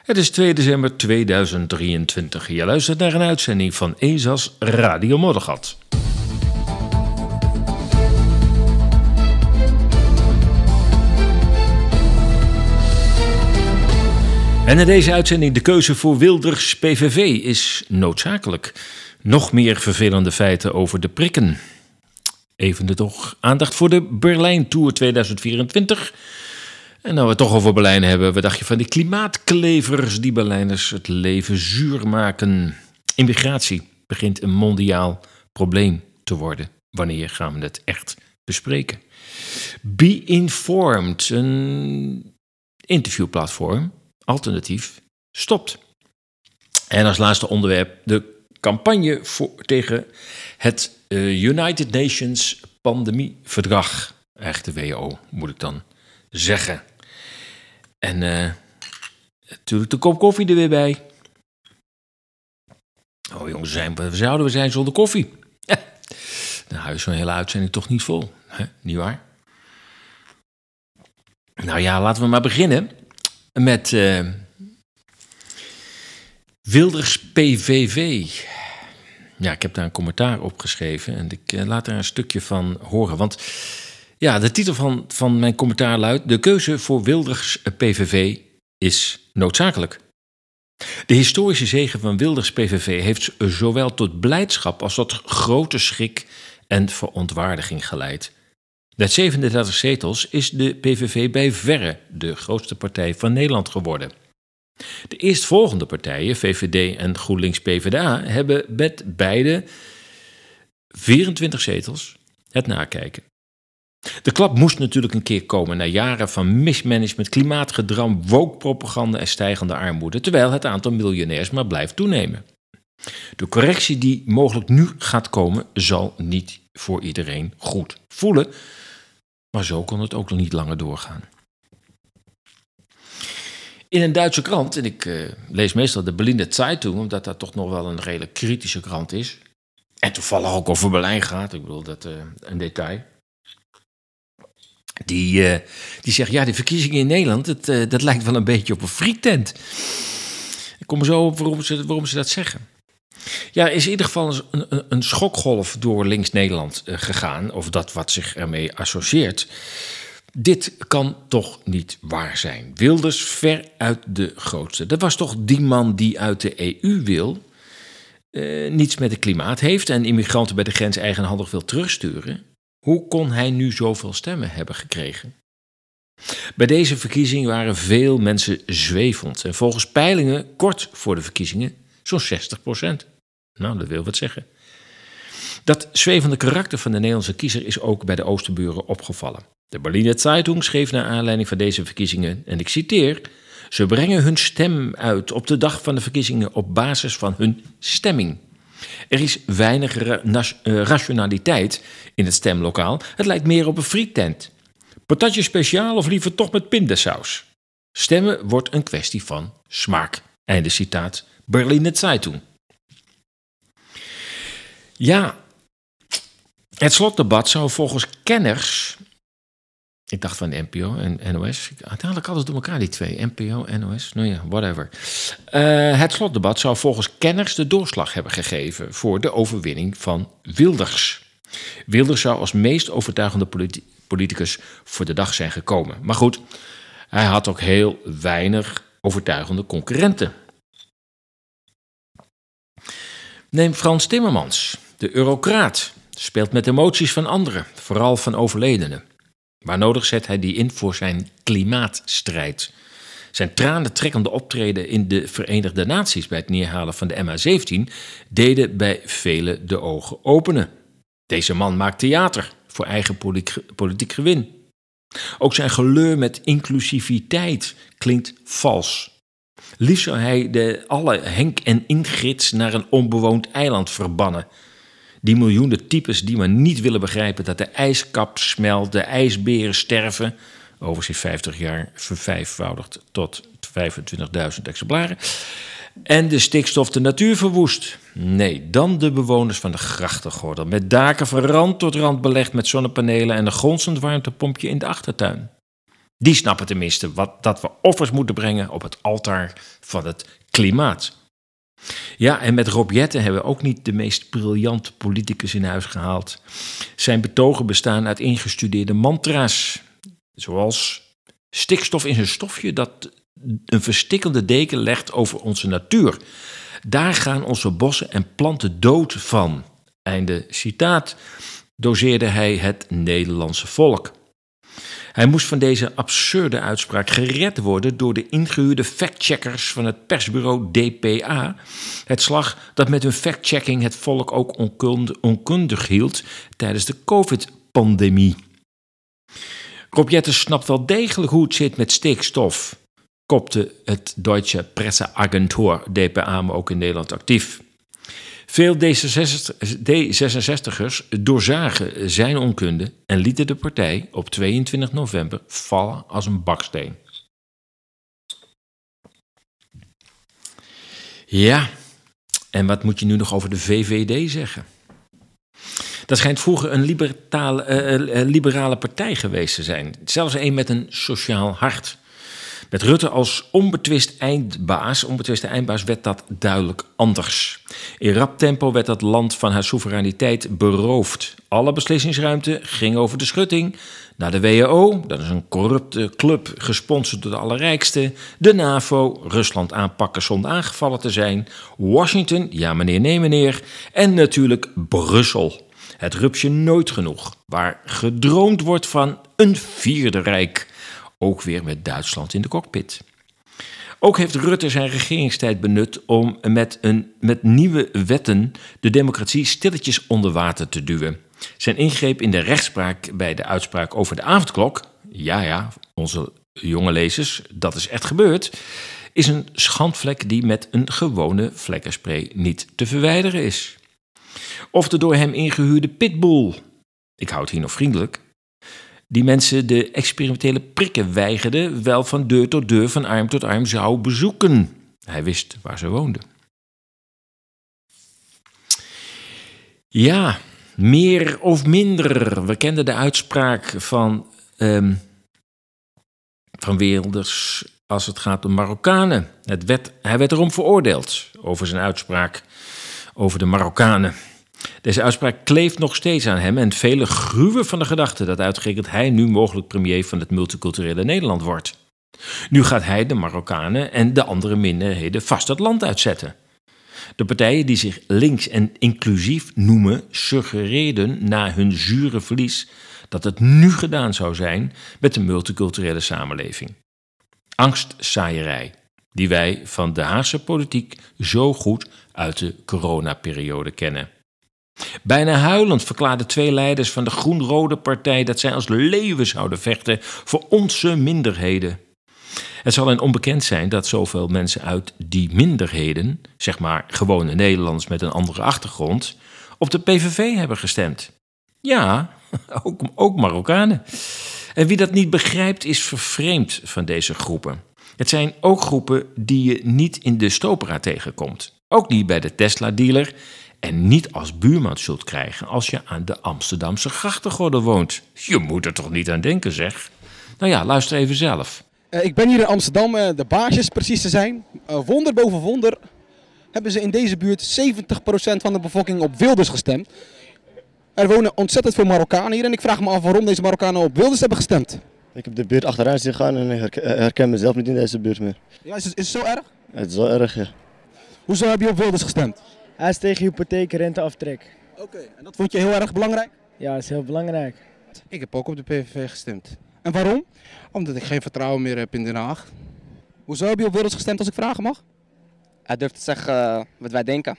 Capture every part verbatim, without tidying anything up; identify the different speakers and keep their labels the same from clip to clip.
Speaker 1: Het is twee december tweeduizend drieëntwintig. Je luistert naar een uitzending van E S A S Radio Moddergat. En in deze uitzending de keuze voor Wilders P V V is noodzakelijk. Nog meer vervelende feiten over de prikken. Even de toch aandacht voor de Berlijn Tour tweeduizend vierentwintig. En nou we het toch over Berlijn hebben, wat dacht je van die klimaatklevers die Berlijners het leven zuur maken? Immigratie begint een mondiaal probleem te worden. Wanneer gaan we het echt bespreken? Be Informed, een interviewplatform, alternatief, stopt. En als laatste onderwerp de campagne voor, tegen het uh, United Nations pandemieverdrag. Eigenlijk de W O, moet ik dan zeggen. En uh, natuurlijk de kop koffie er weer bij. Oh jongens, zijn, we zouden we zijn zonder koffie. Nou is zo'n hele uitzending toch niet vol. Hè? Niet waar? Nou ja, laten we maar beginnen met uh, Wilders P V V. Ja, ik heb daar een commentaar op geschreven en ik uh, laat er een stukje van horen. Want ja, de titel van, van mijn commentaar luidt: de keuze voor Wilders P V V is noodzakelijk. De historische zege van Wilders P V V heeft zowel tot blijdschap als tot grote schrik en verontwaardiging geleid. Met zevenendertig zetels is de P V V bij verre de grootste partij van Nederland geworden. De eerstvolgende partijen, V V D en GroenLinks P V D A, hebben met beide vierentwintig zetels het nakijken. De klap moest natuurlijk een keer komen na jaren van mismanagement, klimaatgedram, woke-propaganda en stijgende armoede, terwijl het aantal miljonairs maar blijft toenemen. De correctie die mogelijk nu gaat komen zal niet voor iedereen goed voelen, maar zo kon het ook nog niet langer doorgaan. In een Duitse krant, en ik uh, lees meestal de Berliner Zeitung, omdat dat toch nog wel een redelijk kritische krant is, en toevallig ook over Berlijn gaat, ik bedoel dat uh, een detail. Die, uh, die zegt, ja, de verkiezingen in Nederland, het, uh, dat lijkt wel een beetje op een friektent. Ik kom er zo op waarom ze, waarom ze dat zeggen. Ja, er is in ieder geval een, een, een schokgolf door links-Nederland uh, gegaan, of dat wat zich ermee associeert. Dit kan toch niet waar zijn. Wilders ver uit de grootste. Dat was toch die man die uit de E U wil, uh, niets met het klimaat heeft en immigranten bij de grens eigenhandig wil terugsturen. Hoe kon hij nu zoveel stemmen hebben gekregen? Bij deze verkiezing waren veel mensen zwevend. En volgens peilingen, kort voor de verkiezingen, zo'n zestig procent. Nou, dat wil wat zeggen. Dat zwevende karakter van de Nederlandse kiezer is ook bij de Oosterburen opgevallen. De Berliner Zeitung schreef naar aanleiding van deze verkiezingen, en ik citeer: ze brengen hun stem uit op de dag van de verkiezingen op basis van hun stemming. Er is weinig ra- nas- uh, rationaliteit in het stemlokaal. Het lijkt meer op een friettent. Patatje speciaal of liever toch met pindasaus? Stemmen wordt een kwestie van smaak. Einde citaat. Berliner Zeitung. Ja, het slotdebat zou volgens kenners, ik dacht van de N P O en N O S. Uiteindelijk alles door elkaar, die twee. N P O, N O S, nou ja, whatever. Uh, het slotdebat zou volgens kenners de doorslag hebben gegeven voor de overwinning van Wilders. Wilders zou als meest overtuigende politi- politicus voor de dag zijn gekomen. Maar goed, hij had ook heel weinig overtuigende concurrenten. Neem Frans Timmermans, de eurocraat. Speelt met emoties van anderen, vooral van overledenen. Waar nodig zet hij die in voor zijn klimaatstrijd. Zijn tranentrekkende optreden in de Verenigde Naties bij het neerhalen van de M H zeventien deden bij velen de ogen openen. Deze man maakt theater voor eigen politiek, politiek gewin. Ook zijn geleur met inclusiviteit klinkt vals. Liefst zou hij de alle Henk en Ingrids naar een onbewoond eiland verbannen. Die miljoenen types die maar niet willen begrijpen dat de ijskap smelt, de ijsberen sterven, overigens in vijftig jaar vervijfvoudigd tot vijfentwintigduizend exemplaren, en de stikstof de natuur verwoest. Nee, dan de bewoners van de grachtengordel, met daken van rand tot rand belegd met zonnepanelen en een gonzend warmtepompje in de achtertuin. Die snappen tenminste wat, dat we offers moeten brengen op het altaar van het klimaat. Ja, en met Rob Jetten hebben we ook niet de meest briljante politicus in huis gehaald. Zijn betogen bestaan uit ingestudeerde mantra's, zoals stikstof is een stofje dat een verstikkende deken legt over onze natuur. Daar gaan onze bossen en planten dood van. Einde citaat, doseerde hij het Nederlandse volk. Hij moest van deze absurde uitspraak gered worden door de ingehuurde factcheckers van het persbureau D P A. Het slag dat met hun factchecking het volk ook onkundig, onkundig hield tijdens de COVID-pandemie. Rob Jetten snapt wel degelijk hoe het zit met stikstof, kopte het Deutsche Presseagentur D P A, maar ook in Nederland actief. Veel D zesenzestigers doorzagen zijn onkunde en lieten de partij op tweeëntwintig november vallen als een baksteen. Ja, en wat moet je nu nog over de V V D zeggen? Dat schijnt vroeger een liberale, uh, liberale partij geweest te zijn. Zelfs een met een sociaal hart. Met Rutte als onbetwist eindbaas, onbetwiste eindbaas werd dat duidelijk anders. In rap tempo werd dat land van haar soevereiniteit beroofd. Alle beslissingsruimte ging over de schutting naar de W H O, dat is een corrupte club gesponsord door de allerrijkste, de NAVO, Rusland aanpakken zonder aangevallen te zijn, Washington, ja meneer, nee meneer, en natuurlijk Brussel. Het rupsje nooit genoeg, waar gedroomd wordt van een vierde rijk. Ook weer met Duitsland in de cockpit. Ook heeft Rutte zijn regeringstijd benut om met, een, met nieuwe wetten de democratie stilletjes onder water te duwen. Zijn ingreep in de rechtspraak bij de uitspraak over de avondklok, ja ja, onze jonge lezers, dat is echt gebeurd, is een schandvlek die met een gewone vlekkenspray niet te verwijderen is. Of de door hem ingehuurde pitbull, ik houd hier nog vriendelijk, die mensen de experimentele prikken weigerde, wel van deur tot deur, van arm tot arm zou bezoeken. Hij wist waar ze woonden. Ja, meer of minder. We kenden de uitspraak van, um, van Wilders als het gaat om Marokkanen. Het werd, hij werd erom veroordeeld over zijn uitspraak over de Marokkanen. Deze uitspraak kleeft nog steeds aan hem en velen gruwen van de gedachte dat uitgerekend hij nu mogelijk premier van het multiculturele Nederland wordt. Nu gaat hij de Marokkanen en de andere minderheden vast het land uitzetten. De partijen die zich links en inclusief noemen, suggereerden na hun zure verlies dat het nu gedaan zou zijn met de multiculturele samenleving. Angstzaaierij, die wij van de Haagse politiek zo goed uit de coronaperiode kennen. Bijna huilend verklaarden twee leiders van de groen-rode partij dat zij als leeuwen zouden vechten voor onze minderheden. Het zal hen onbekend zijn dat zoveel mensen uit die minderheden, zeg maar gewone Nederlanders met een andere achtergrond, op de P V V hebben gestemd. Ja, ook, ook Marokkanen. En wie dat niet begrijpt is vervreemd van deze groepen. Het zijn ook groepen die je niet in de Stopera tegenkomt. Ook niet bij de Tesla-dealer en niet als buurman zult krijgen als je aan de Amsterdamse grachtengordel woont. Je moet er toch niet aan denken, zeg. Nou ja, luister even zelf.
Speaker 2: Uh, ik ben hier in Amsterdam, uh, de baasjes precies te zijn. Uh, wonder boven wonder hebben ze in deze buurt zeventig procent van de bevolking op Wilders gestemd. Er wonen ontzettend veel Marokkanen hier en ik vraag me af waarom deze Marokkanen op Wilders hebben gestemd.
Speaker 3: Ik heb de buurt achteruit zien gaan en ik herken mezelf niet in deze buurt meer.
Speaker 2: Ja, is het, is het zo erg?
Speaker 3: Het is wel erg, ja.
Speaker 2: Hoezo heb je op Wilders gestemd?
Speaker 4: Hij is tegen hypotheekrenteaftrek.
Speaker 2: Oké, okay, en dat vond je heel erg belangrijk?
Speaker 4: Ja, dat is heel belangrijk.
Speaker 5: Ik heb ook op de P V V gestemd.
Speaker 2: En waarom?
Speaker 5: Omdat ik geen vertrouwen meer heb in Den Haag.
Speaker 2: Hoezo heb je op Wilders gestemd als ik vragen mag?
Speaker 6: Hij durft te zeggen uh, wat wij denken.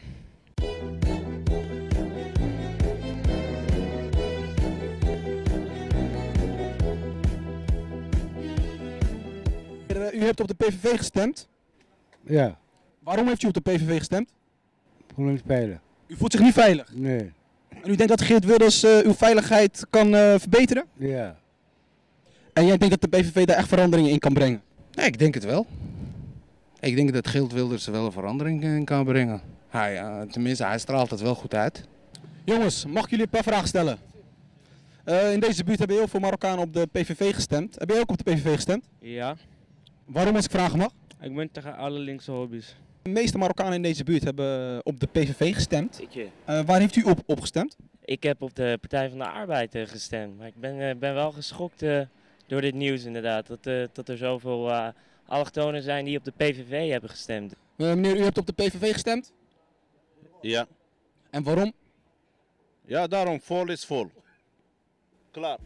Speaker 2: U hebt op de P V V gestemd?
Speaker 7: Ja.
Speaker 2: Waarom heeft u op de P V V gestemd?
Speaker 7: Gewoon spelen.
Speaker 2: U voelt zich niet veilig?
Speaker 7: Nee.
Speaker 2: En u denkt dat Geert Wilders uh, uw veiligheid kan uh, verbeteren?
Speaker 7: Ja.
Speaker 2: En jij denkt dat de P V V daar echt veranderingen in kan brengen?
Speaker 5: Nee, ik denk het wel. Ik denk dat Geert Wilders er wel een verandering in kan brengen. Hij, uh, tenminste, hij straalt het wel goed uit.
Speaker 2: Jongens, mag ik jullie een paar vragen stellen? Uh, in deze buurt hebben heel veel Marokkanen op de P V V gestemd. Heb jij ook op de P V V gestemd?
Speaker 8: Ja,
Speaker 2: Waarom, als ik vragen mag?
Speaker 8: ik ben tegen alle linkse hobby's.
Speaker 2: De meeste Marokkanen in deze buurt hebben op de P V V gestemd.
Speaker 8: Ik,
Speaker 2: Uh, waar heeft u op, op gestemd?
Speaker 8: ik heb op de Partij van de Arbeid uh, gestemd, maar ik ben, uh, ben wel geschokt uh, door dit nieuws inderdaad. Dat, uh, dat er zoveel uh, allochtonen zijn die op de P V V hebben gestemd.
Speaker 2: Uh, meneer, u hebt op de P V V gestemd?
Speaker 9: Ja.
Speaker 2: En waarom?
Speaker 9: Ja, daarom, vol is vol. Klaar.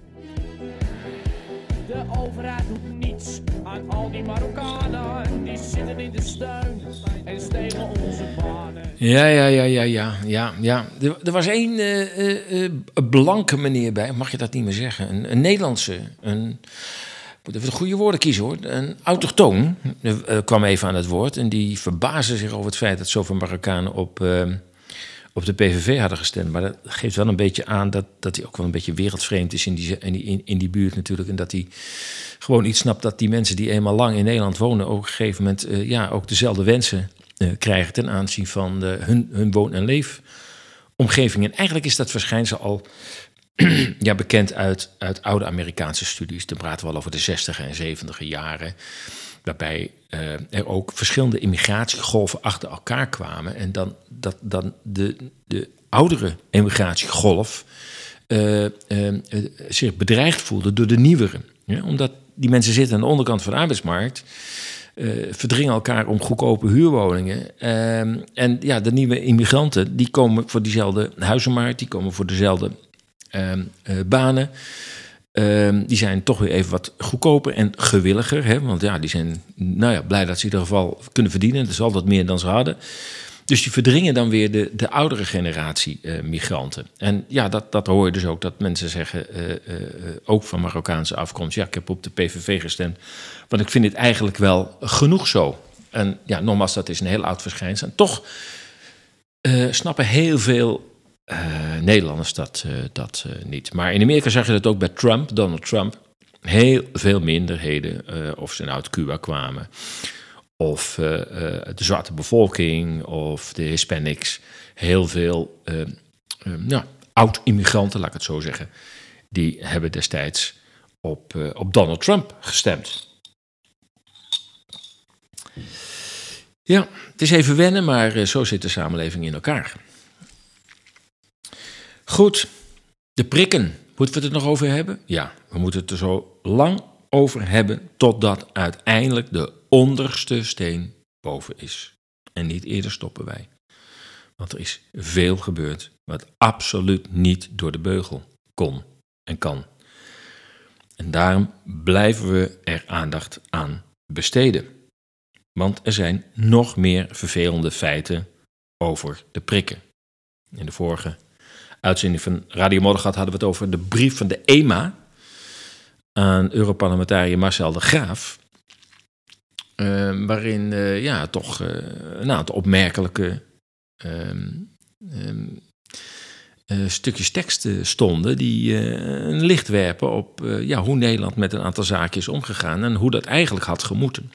Speaker 10: De overheid doet niets aan al die Marokkanen. Die zitten in de steun en stelen onze banen.
Speaker 1: Ja, ja, ja, ja, ja, ja, ja. Er, er was één uh, uh, uh, blanke meneer bij, mag je dat niet meer zeggen? Een, een Nederlandse, een... Ik moet even de goede woorden kiezen hoor. Een autochtoon uh, kwam even aan het woord. En die verbaasde zich over het feit dat zoveel Marokkanen op, uh, op de P V V hadden gestemd. Maar dat geeft wel een beetje aan dat, dat hij ook wel een beetje wereldvreemd is in die, in, die, in die buurt natuurlijk. En dat hij gewoon iets snapt dat die mensen die eenmaal lang in Nederland wonen... ook op een gegeven moment uh, ja, ook dezelfde wensen uh, krijgen ten aanzien van uh, hun, hun woon- en leefomgeving. En eigenlijk is dat verschijnsel al... ja, bekend uit, uit oude Amerikaanse studies. Dan praten we al over de zestiger en zeventiger jaren. Waarbij uh, er ook verschillende immigratiegolven achter elkaar kwamen. En dan, dat, dan de, de oudere immigratiegolf uh, uh, uh, zich bedreigd voelde door de nieuwere. Ja, omdat die mensen zitten aan de onderkant van de arbeidsmarkt. Uh, verdringen elkaar om goedkope huurwoningen. Uh, en ja, de nieuwe immigranten die komen voor diezelfde huizenmarkt. Die komen voor dezelfde... Uh, uh, banen, uh, die zijn toch weer even wat goedkoper en gewilliger. Hè? Want ja, die zijn nou ja, blij dat ze in ieder geval kunnen verdienen. Dat is altijd meer dan ze hadden. Dus die verdringen dan weer de, de oudere generatie uh, migranten. En ja, dat, dat hoor je dus ook, dat mensen zeggen, uh, uh, ook van Marokkaanse afkomst... ja, ik heb op de P V V gestemd, want ik vind dit eigenlijk wel genoeg zo. En ja, nogmaals, dat is een heel oud verschijnsel. En toch uh, snappen heel veel... Uh, Nederlanders dat, uh, dat uh, niet. Maar in Amerika zag je dat ook bij Trump, Donald Trump. Heel veel minderheden, uh, of ze nou uit Cuba kwamen... of uh, uh, de zwarte bevolking, of de Hispanics. Heel veel uh, uh, ja, oud-immigranten, laat ik het zo zeggen... die hebben destijds op, uh, op Donald Trump gestemd. Ja, het is even wennen, maar uh, zo zit de samenleving in elkaar. Goed, de prikken. Moeten we het er nog over hebben? Ja, we moeten het er zo lang over hebben... totdat uiteindelijk de onderste steen boven is. En niet eerder stoppen wij. Want er is veel gebeurd... wat absoluut niet door de beugel kon en kan. En daarom blijven we er aandacht aan besteden. Want er zijn nog meer vervelende feiten over de prikken. In de vorige... uitzending van Radio Moddergat hadden we het over de brief van de E M A aan Europarlementariër Marcel de Graaf. Uh, waarin uh, ja, toch uh, een aantal opmerkelijke uh, uh, uh, stukjes tekst stonden die uh, een licht werpen op uh, ja, hoe Nederland met een aantal zaken is omgegaan en hoe dat eigenlijk had gemoeten.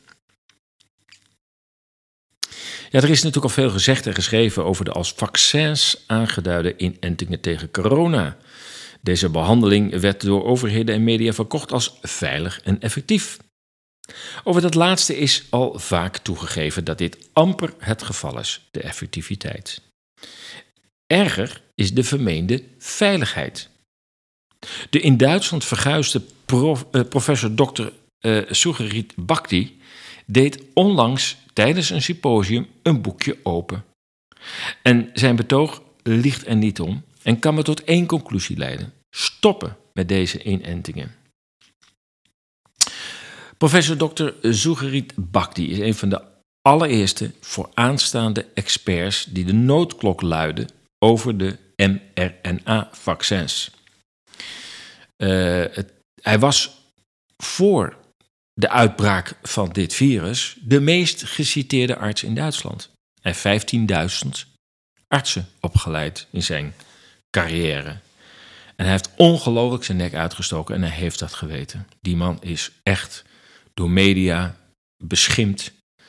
Speaker 1: Ja, er is natuurlijk al veel gezegd en geschreven over de als vaccins aangeduide inentingen tegen corona. Deze behandeling werd door overheden en media verkocht als veilig en effectief. Over dat laatste is al vaak toegegeven dat dit amper het geval is, de effectiviteit. Erger is de vermeende veiligheid. De in Duitsland verguisde prof, uh, professor dokter uh, Sucharit Bhakdi deed onlangs tijdens een symposium een boekje open. En zijn betoog liegt er niet om en kan me tot één conclusie leiden. Stoppen met deze inentingen. Professor dokter Sucharit Bhakdi is een van de allereerste vooraanstaande experts die de noodklok luiden over de mRNA-vaccins. Uh, het, hij was voor de uitbraak van dit virus de meest geciteerde arts in Duitsland. Hij heeft vijftienduizend artsen opgeleid in zijn carrière. En hij heeft ongelooflijk zijn nek uitgestoken en hij heeft dat geweten. Die man is echt door media beschimpt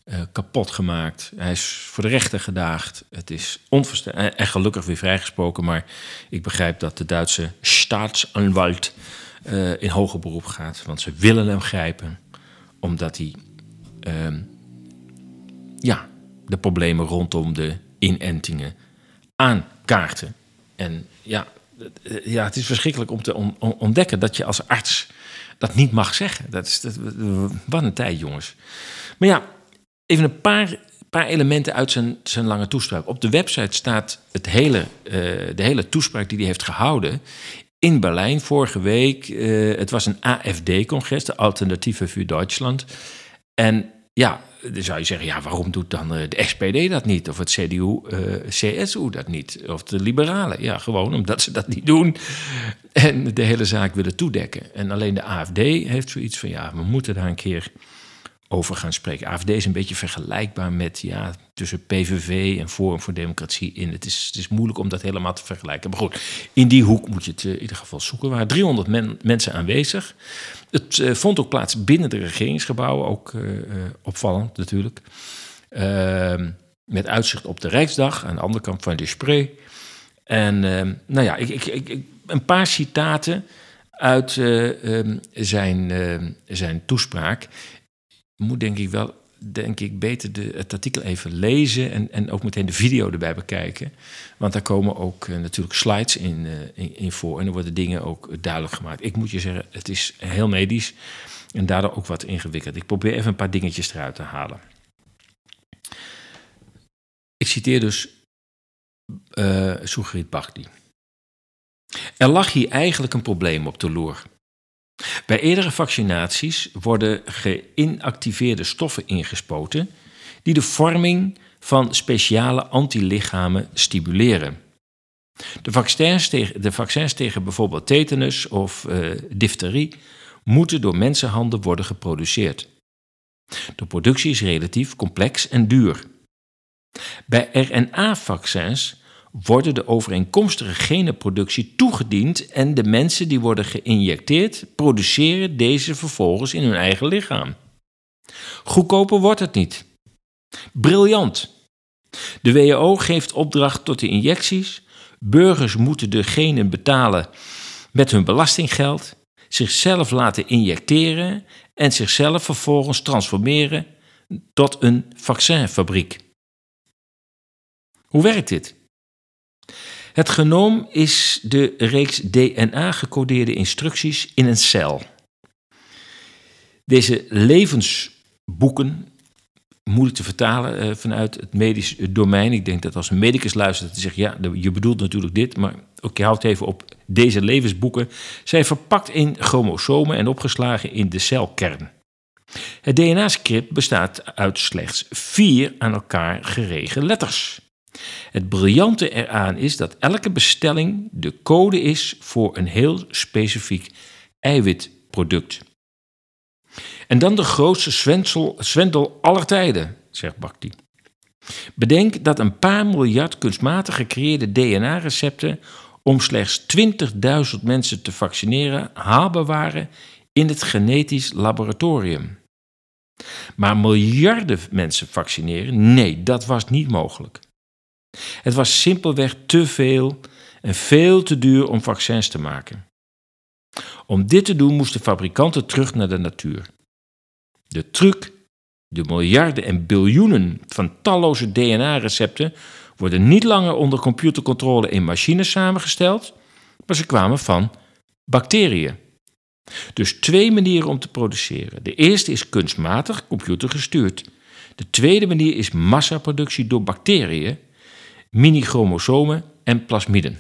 Speaker 1: uh, kapot gemaakt. Hij is voor de rechter gedaagd. Het is onverstaanbaar. En gelukkig weer vrijgesproken. Maar ik begrijp dat de Duitse staatsanwalt uh, in hoger beroep gaat. Want ze willen hem grijpen. Omdat hij uh, ja, de problemen rondom de inentingen aankaarten. En ja, ja, het is verschrikkelijk om te on- ontdekken dat je als arts dat niet mag zeggen. Dat is, dat, wat een tijd, jongens. Maar ja, even een paar, paar elementen uit zijn, zijn lange toespraak. Op de website staat het hele, uh, de hele toespraak die hij heeft gehouden in Berlijn vorige week. Uh, het was een A F D-congres, de Alternative für Deutschland. En ja, dan zou je zeggen, ja, waarom doet dan uh, de S P D dat niet? Of het C D U, uh, C S U dat niet? Of de liberalen? Ja, gewoon omdat ze dat niet doen. En de hele zaak willen toedekken. En alleen de A F D heeft zoiets van, ja, we moeten daar een keer over gaan spreken. A F D is een beetje vergelijkbaar met, ja, tussen P V V en Forum voor Democratie in. Het is, het is moeilijk om dat helemaal te vergelijken. Maar goed, in die hoek moet je het uh, in ieder geval zoeken. Er waren driehonderd men, mensen aanwezig. Het uh, vond ook plaats binnen de regeringsgebouwen, ook uh, uh, opvallend natuurlijk. Uh, met uitzicht op de Rijksdag aan de andere kant van de Spree. En uh, nou ja, ik, ik, ik, een paar citaten uit uh, um, zijn, uh, zijn toespraak. Moet denk ik wel, denk ik, beter de, het artikel even lezen en, en ook meteen de video erbij bekijken. Want daar komen ook uh, natuurlijk slides in, uh, in, in voor en er worden dingen ook duidelijk gemaakt. Ik moet je zeggen, het is heel medisch en daardoor ook wat ingewikkeld. Ik probeer even een paar dingetjes eruit te halen. Ik citeer dus uh, Sucharit Bhakdi. Er lag hier eigenlijk een probleem op de loer. Bij eerdere vaccinaties worden geïnactiveerde stoffen ingespoten die de vorming van speciale antilichamen stimuleren. De vaccins tegen, de vaccins tegen bijvoorbeeld tetanus of uh, difterie moeten door mensenhanden worden geproduceerd. De productie is relatief complex en duur. Bij R N A-vaccins worden de overeenkomstige genenproductie toegediend en de mensen die worden geïnjecteerd produceren deze vervolgens in hun eigen lichaam. Goedkoper wordt het niet. Briljant. De W H O geeft opdracht tot de injecties. Burgers moeten de genen betalen met hun belastinggeld, zichzelf laten injecteren en zichzelf vervolgens transformeren tot een vaccinfabriek. Hoe werkt dit? Het genoom is de reeks D N A-gecodeerde instructies in een cel. Deze levensboeken, moeilijk te vertalen uh, vanuit het medisch domein. Ik denk dat als een medicus luistert, te zeggen, ja, je bedoelt natuurlijk dit, maar oké, houd even op. Deze levensboeken zijn verpakt in chromosomen en opgeslagen in de celkern. Het D N A-script bestaat uit slechts vier aan elkaar geregen letters. Het briljante eraan is dat elke bestelling de code is voor een heel specifiek eiwitproduct. En dan de grootste zwendel, zwendel aller tijden, zegt Bhakdi. Bedenk dat een paar miljard kunstmatig gecreëerde D N A-recepten om slechts twintigduizend mensen te vaccineren haalbaar waren in het genetisch laboratorium. Maar miljarden mensen vaccineren, nee, dat was niet mogelijk. Het was simpelweg te veel en veel te duur om vaccins te maken. Om dit te doen moesten fabrikanten terug naar de natuur. De truc, de miljarden en biljoenen van talloze D N A-recepten worden niet langer onder computercontrole in machines samengesteld, maar ze kwamen van bacteriën. Dus twee manieren om te produceren. De eerste is kunstmatig, computergestuurd. De tweede manier is massaproductie door bacteriën, mini-chromosomen en plasmiden.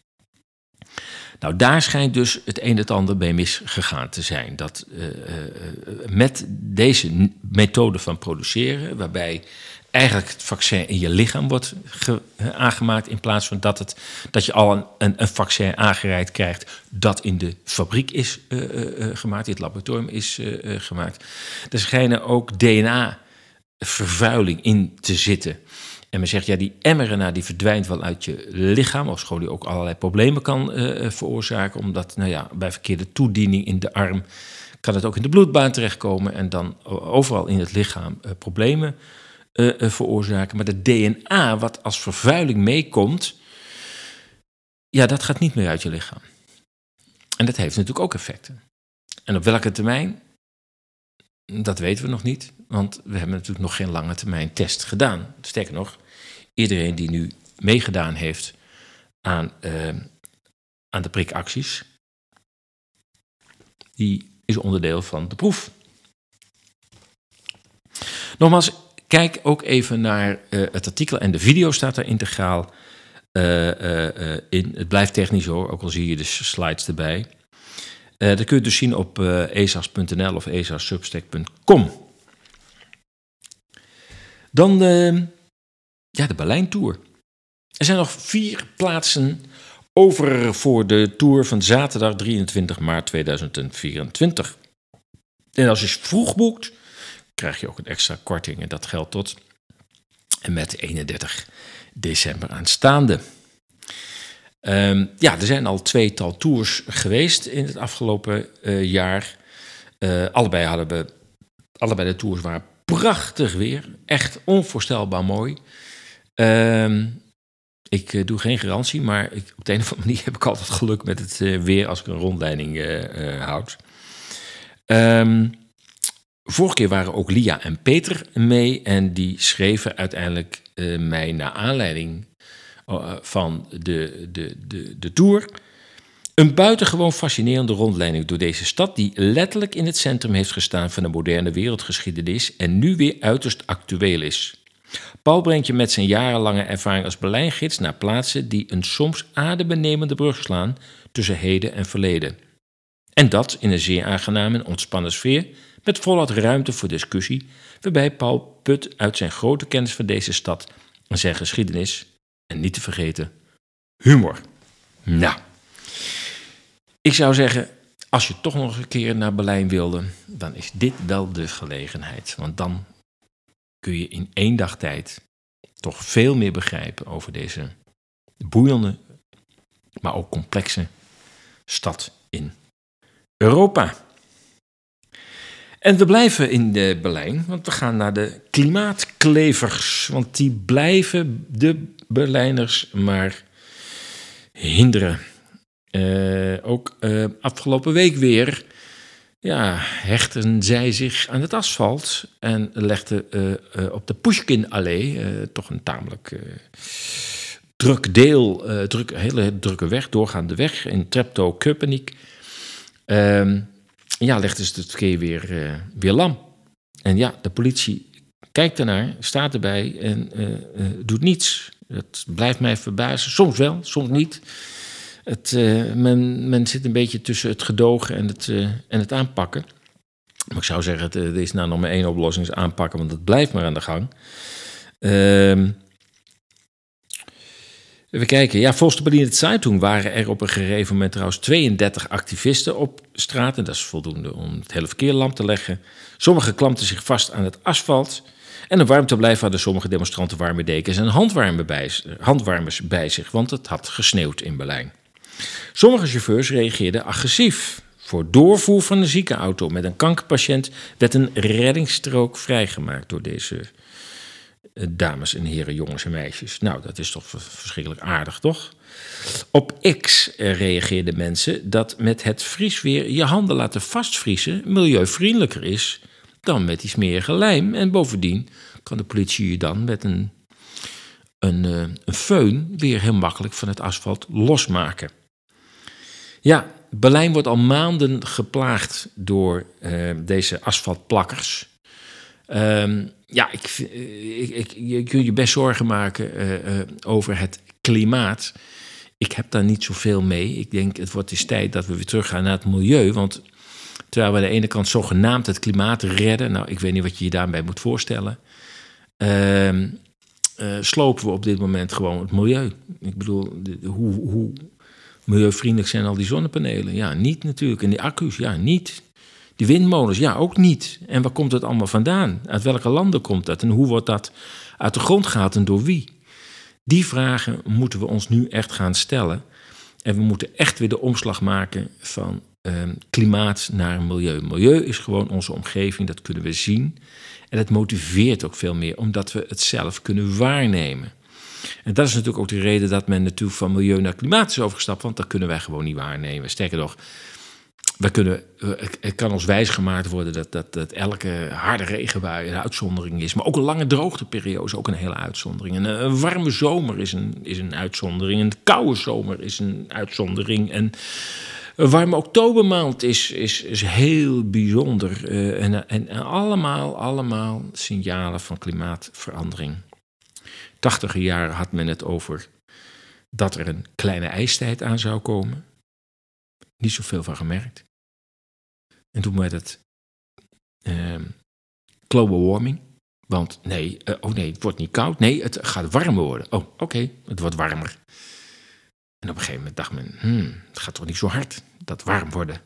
Speaker 1: Nou, daar schijnt dus het een en het ander bij misgegaan te zijn. Dat uh, uh, met deze methode van produceren, waarbij eigenlijk het vaccin in je lichaam wordt ge- aangemaakt, in plaats van dat, het, dat je al een, een, een vaccin aangereikt krijgt dat in de fabriek is uh, uh, gemaakt, in het laboratorium is uh, uh, gemaakt. Er schijnen ook D N A-vervuiling in te zitten. En men zegt, ja, die mRNA die verdwijnt wel uit je lichaam, ofschoon die ook allerlei problemen kan uh, veroorzaken, omdat, nou ja, bij verkeerde toediening in de arm kan het ook in de bloedbaan terechtkomen en dan overal in het lichaam uh, problemen uh, uh, veroorzaken. Maar de D N A, wat als vervuiling meekomt, ja, dat gaat niet meer uit je lichaam. En dat heeft natuurlijk ook effecten. En op welke termijn? Dat weten we nog niet, want we hebben natuurlijk nog geen lange termijn test gedaan. Sterker nog, iedereen die nu meegedaan heeft aan, uh, aan de prikacties, die is onderdeel van de proef. Nogmaals, kijk ook even naar uh, het artikel en de video staat daar integraal uh, uh, uh, in. Het blijft technisch hoor, ook al zie je de slides erbij. Uh, dat kun je dus zien op uh, e s a s punt n l of e s a s substack punt com. Dan uh, ja, de Berlijn Tour. Er zijn nog vier plaatsen over voor de Tour van zaterdag drieëntwintig maart tweeduizend vierentwintig. En als je vroeg boekt, krijg je ook een extra korting. En dat geldt tot en met eenendertig december aanstaande. Um, ja, er zijn al tweetal tours geweest in het afgelopen uh, jaar. Uh, allebei hadden we, allebei de tours waren prachtig weer. Echt onvoorstelbaar mooi. Um, ik uh, doe geen garantie, maar ik, op de een of andere manier heb ik altijd geluk met het uh, weer als ik een rondleiding uh, uh, houd. Um, vorige keer waren ook Lia en Peter mee en die schreven uiteindelijk uh, mij naar aanleiding van de, de, de, de Tour. Een buitengewoon fascinerende rondleiding door deze stad die letterlijk in het centrum heeft gestaan van de moderne wereldgeschiedenis en nu weer uiterst actueel is. Paul brengt je met zijn jarenlange ervaring als Berlijngids naar plaatsen die een soms adembenemende brug slaan tussen heden en verleden. En dat in een zeer aangename en ontspannen sfeer met volop ruimte voor discussie, waarbij Paul put uit zijn grote kennis van deze stad en zijn geschiedenis. En niet te vergeten, humor. Nou, ik zou zeggen, als je toch nog een keer naar Berlijn wilde, dan is dit wel de gelegenheid. Want dan kun je in één dag tijd toch veel meer begrijpen over deze boeiende, maar ook complexe stad in Europa. En we blijven in de Berlijn, want we gaan naar de klimaatklevers. Want die blijven de Berlijners maar hinderen. Uh, ook uh, afgelopen week weer ja, hechten zij zich aan het asfalt en legden uh, uh, op de Pushkin-allee, uh, toch een tamelijk uh, druk deel, uh, druk, hele drukke weg, doorgaande weg in Treptow-Köpenick. Uh, ja, legden ze het verkeer weer, uh, weer lam. En ja, de politie kijkt ernaar, staat erbij en uh, uh, doet niets. Dat blijft mij verbazen. Soms wel, soms niet. Het, uh, men, men zit een beetje tussen het gedogen en het, uh, en het aanpakken. Maar ik zou zeggen, het, er is nou nog maar één oplossing, is aanpakken, want het blijft maar aan de gang. Uh, even kijken. Ja, volgens de Berliner Zeitung waren er op een gegeven moment trouwens tweeëndertig activisten op straat. En dat is voldoende om het hele verkeer lam te leggen. Sommigen klampten zich vast aan het asfalt. En om warm te blijven hadden sommige demonstranten warme dekens en handwarmers bij, handwarmers bij zich, want het had gesneeuwd in Berlijn. Sommige chauffeurs reageerden agressief. Voor doorvoer van een ziekenauto met een kankerpatiënt werd een reddingsstrook vrijgemaakt door deze dames en heren, jongens en meisjes. Nou, dat is toch verschrikkelijk aardig, toch? Op X reageerden mensen dat met het vriesweer je handen laten vastvriezen milieuvriendelijker is dan met die smerige lijm. En bovendien kan de politie je dan met een, een, een föhn weer heel makkelijk van het asfalt losmaken. Ja, Berlijn wordt al maanden geplaagd door uh, deze asfaltplakkers. Um, ja, ik, ik, ik, je kunt je best zorgen maken uh, uh, over het klimaat. Ik heb daar niet zoveel mee. Ik denk, het wordt eens tijd dat we weer teruggaan naar het milieu. Want terwijl we aan de ene kant zogenaamd het klimaat redden, nou, ik weet niet wat je je daarbij moet voorstellen, uh, uh, slopen we op dit moment gewoon het milieu. Ik bedoel, de, de, hoe, hoe milieuvriendelijk zijn al die zonnepanelen? Ja, niet natuurlijk. En die accu's? Ja, niet. Die windmolens? Ja, ook niet. En waar komt het allemaal vandaan? Uit welke landen komt dat? En hoe wordt dat uit de grond gehaald en door wie? Die vragen moeten we ons nu echt gaan stellen. En we moeten echt weer de omslag maken van um, klimaat naar milieu. Milieu is gewoon onze omgeving, dat kunnen we zien. En het motiveert ook veel meer, omdat we het zelf kunnen waarnemen. En dat is natuurlijk ook de reden dat men natuurlijk van milieu naar klimaat is overgestapt, want dat kunnen wij gewoon niet waarnemen. Sterker nog, we kunnen, het kan ons wijsgemaakt worden dat, dat, dat elke harde regenbui een uitzondering is. Maar ook een lange droogteperiode is ook een hele uitzondering. En een warme zomer is een, is een uitzondering. Een koude zomer is een uitzondering. En een warme oktobermaand is, is, is heel bijzonder. Uh, en, en, en allemaal, allemaal signalen van klimaatverandering. Tachtiger jaren had men het over dat er een kleine ijstijd aan zou komen. Niet zoveel van gemerkt. En toen werd het uh, global warming. Want nee, uh, oh nee, het wordt niet koud. Nee, het gaat warmer worden. Oh, oké, okay, het wordt warmer. En op een gegeven moment dacht men, hmm, het gaat toch niet zo hard, dat warm worden.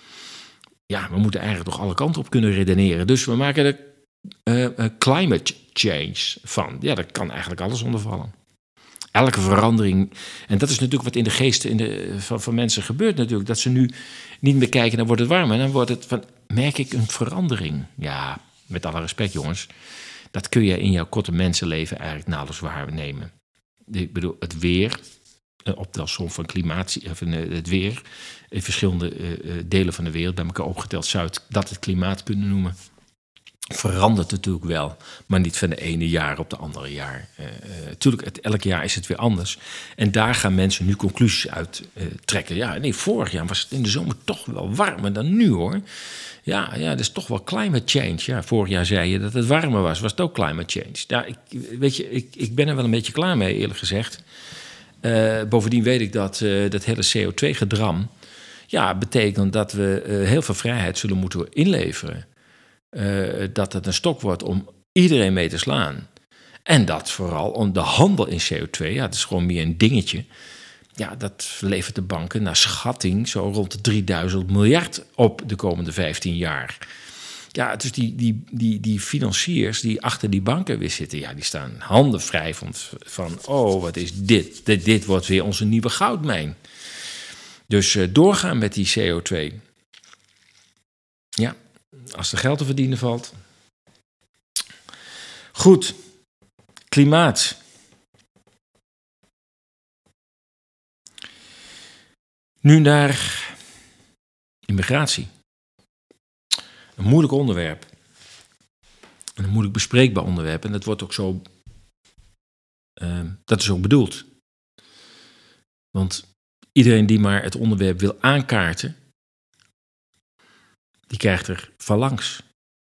Speaker 1: Ja, we moeten eigenlijk toch alle kanten op kunnen redeneren. Dus we maken er uh, uh, climate change van. Ja, daar kan eigenlijk alles onder vallen. Elke verandering, en dat is natuurlijk wat in de geesten in de, van, van mensen gebeurt natuurlijk, dat ze nu niet meer kijken, dan wordt het warmer. En dan wordt het van, merk ik een verandering? Ja, met alle respect jongens, dat kun je in jouw korte mensenleven eigenlijk nauwelijks waarnemen. Ik bedoel, het weer, een optelsom van klimaat, of het weer, in verschillende uh, delen van de wereld, bij elkaar opgeteld, zou het dat het klimaat kunnen noemen. Verandert natuurlijk wel, maar niet van de ene jaar op de andere jaar. Uh, uh, tuurlijk, het, elk jaar is het weer anders. En daar gaan mensen nu conclusies uit uh, trekken. Ja, nee, vorig jaar was het in de zomer toch wel warmer dan nu, hoor. Ja, ja, dat is toch wel climate change. Ja, vorig jaar zei je dat het warmer was, was het ook climate change. Ja, ik, weet je, ik, ik ben er wel een beetje klaar mee, eerlijk gezegd. Uh, bovendien weet ik dat uh, dat hele C O twee gedram... ja, betekent dat we uh, heel veel vrijheid zullen moeten inleveren. Uh, dat het een stok wordt om iedereen mee te slaan. En dat vooral om de handel in C O twee, ja, dat is gewoon meer een dingetje. Ja, dat levert de banken naar schatting zo rond de drieduizend miljard op de komende vijftien jaar. Ja, dus die, die, die, die financiers die achter die banken weer zitten, ja, die staan handen vrij van, van oh, wat is dit? dit? Dit wordt weer onze nieuwe goudmijn. Dus uh, doorgaan met die C O twee. Ja. Als er geld te verdienen valt. Goed. Klimaat. Nu naar immigratie. Een moeilijk onderwerp. Een moeilijk bespreekbaar onderwerp. En dat wordt ook zo... Uh, dat is ook bedoeld. Want iedereen die maar het onderwerp wil aankaarten, die krijgt er van langs.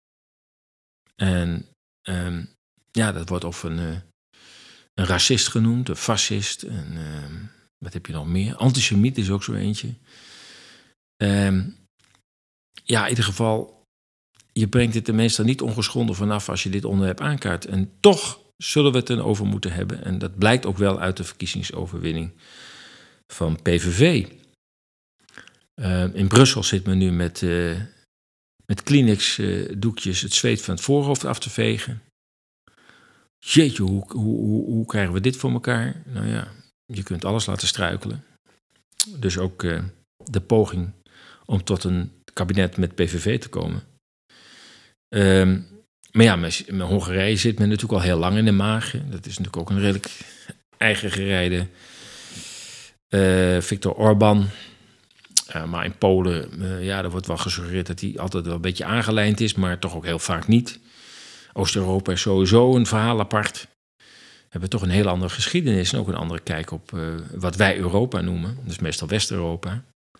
Speaker 1: En um, ja, dat wordt of een, uh, een racist genoemd, een fascist. En, uh, wat heb je nog meer? Antisemiet is ook zo eentje. Um, ja, in ieder geval, je brengt het de meestal niet ongeschonden vanaf als je dit onderwerp aankaart. En toch zullen we het erover moeten hebben. En dat blijkt ook wel uit de verkiezingsoverwinning van P V V. Uh, in Brussel zit men nu met... Uh, Met Kleenex-doekjes het zweet van het voorhoofd af te vegen. Jeetje, hoe, hoe, hoe, hoe krijgen we dit voor elkaar? Nou ja, je kunt alles laten struikelen. Dus ook uh, de poging om tot een kabinet met P V V te komen. Um, maar ja, met, met Hongarije zit men natuurlijk al heel lang in de maag. Dat is natuurlijk ook een redelijk eigen gerijde uh, Viktor Orbán. Uh, maar in Polen, uh, ja, er wordt wel gesuggereerd dat hij altijd wel een beetje aangelijnd is, maar toch ook heel vaak niet. Oost-Europa is sowieso een verhaal apart. We hebben toch een heel andere geschiedenis en ook een andere kijk op uh, wat wij Europa noemen. Dus meestal West-Europa.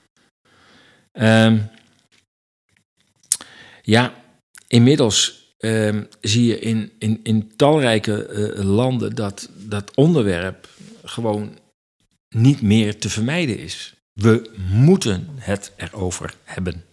Speaker 1: Um, ja, inmiddels um, zie je in, in, in talrijke uh, landen dat dat onderwerp gewoon niet meer te vermijden is. We moeten het erover hebben.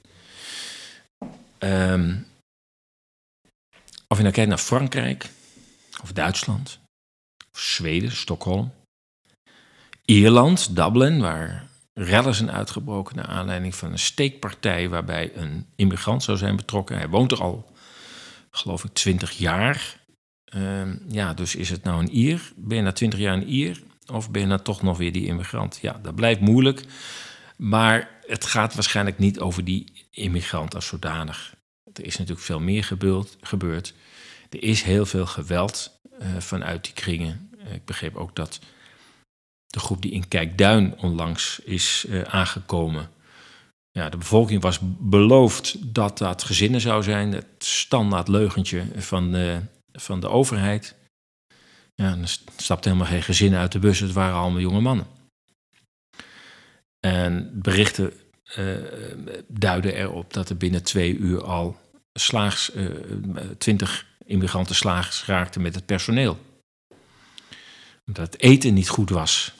Speaker 1: Um, of je nou kijkt naar Frankrijk, of Duitsland, of Zweden, Stockholm, Ierland, Dublin, waar rellen zijn uitgebroken naar aanleiding van een steekpartij waarbij een immigrant zou zijn betrokken. Hij woont er al, geloof ik, twintig jaar. Um, ja, dus is het nou een Ier? Ben je na twintig jaar een Ier? Of ben je nou toch nog weer die immigrant? Ja, dat blijft moeilijk. Maar het gaat waarschijnlijk niet over die immigranten als zodanig. Er is natuurlijk veel meer gebeurd. gebeurd. Er is heel veel geweld uh, vanuit die kringen. Uh, ik begreep ook dat de groep die in Kijkduin onlangs is uh, aangekomen. Ja, de bevolking was beloofd dat dat gezinnen zou zijn. Het standaard leugentje van, uh, van de overheid. Ja, er stapte helemaal geen gezinnen uit de bus. Het waren allemaal jonge mannen. En berichten uh, duiden erop dat er binnen twee uur al slaags, uh, twintig immigranten slaags raakten met het personeel. Omdat het eten niet goed was.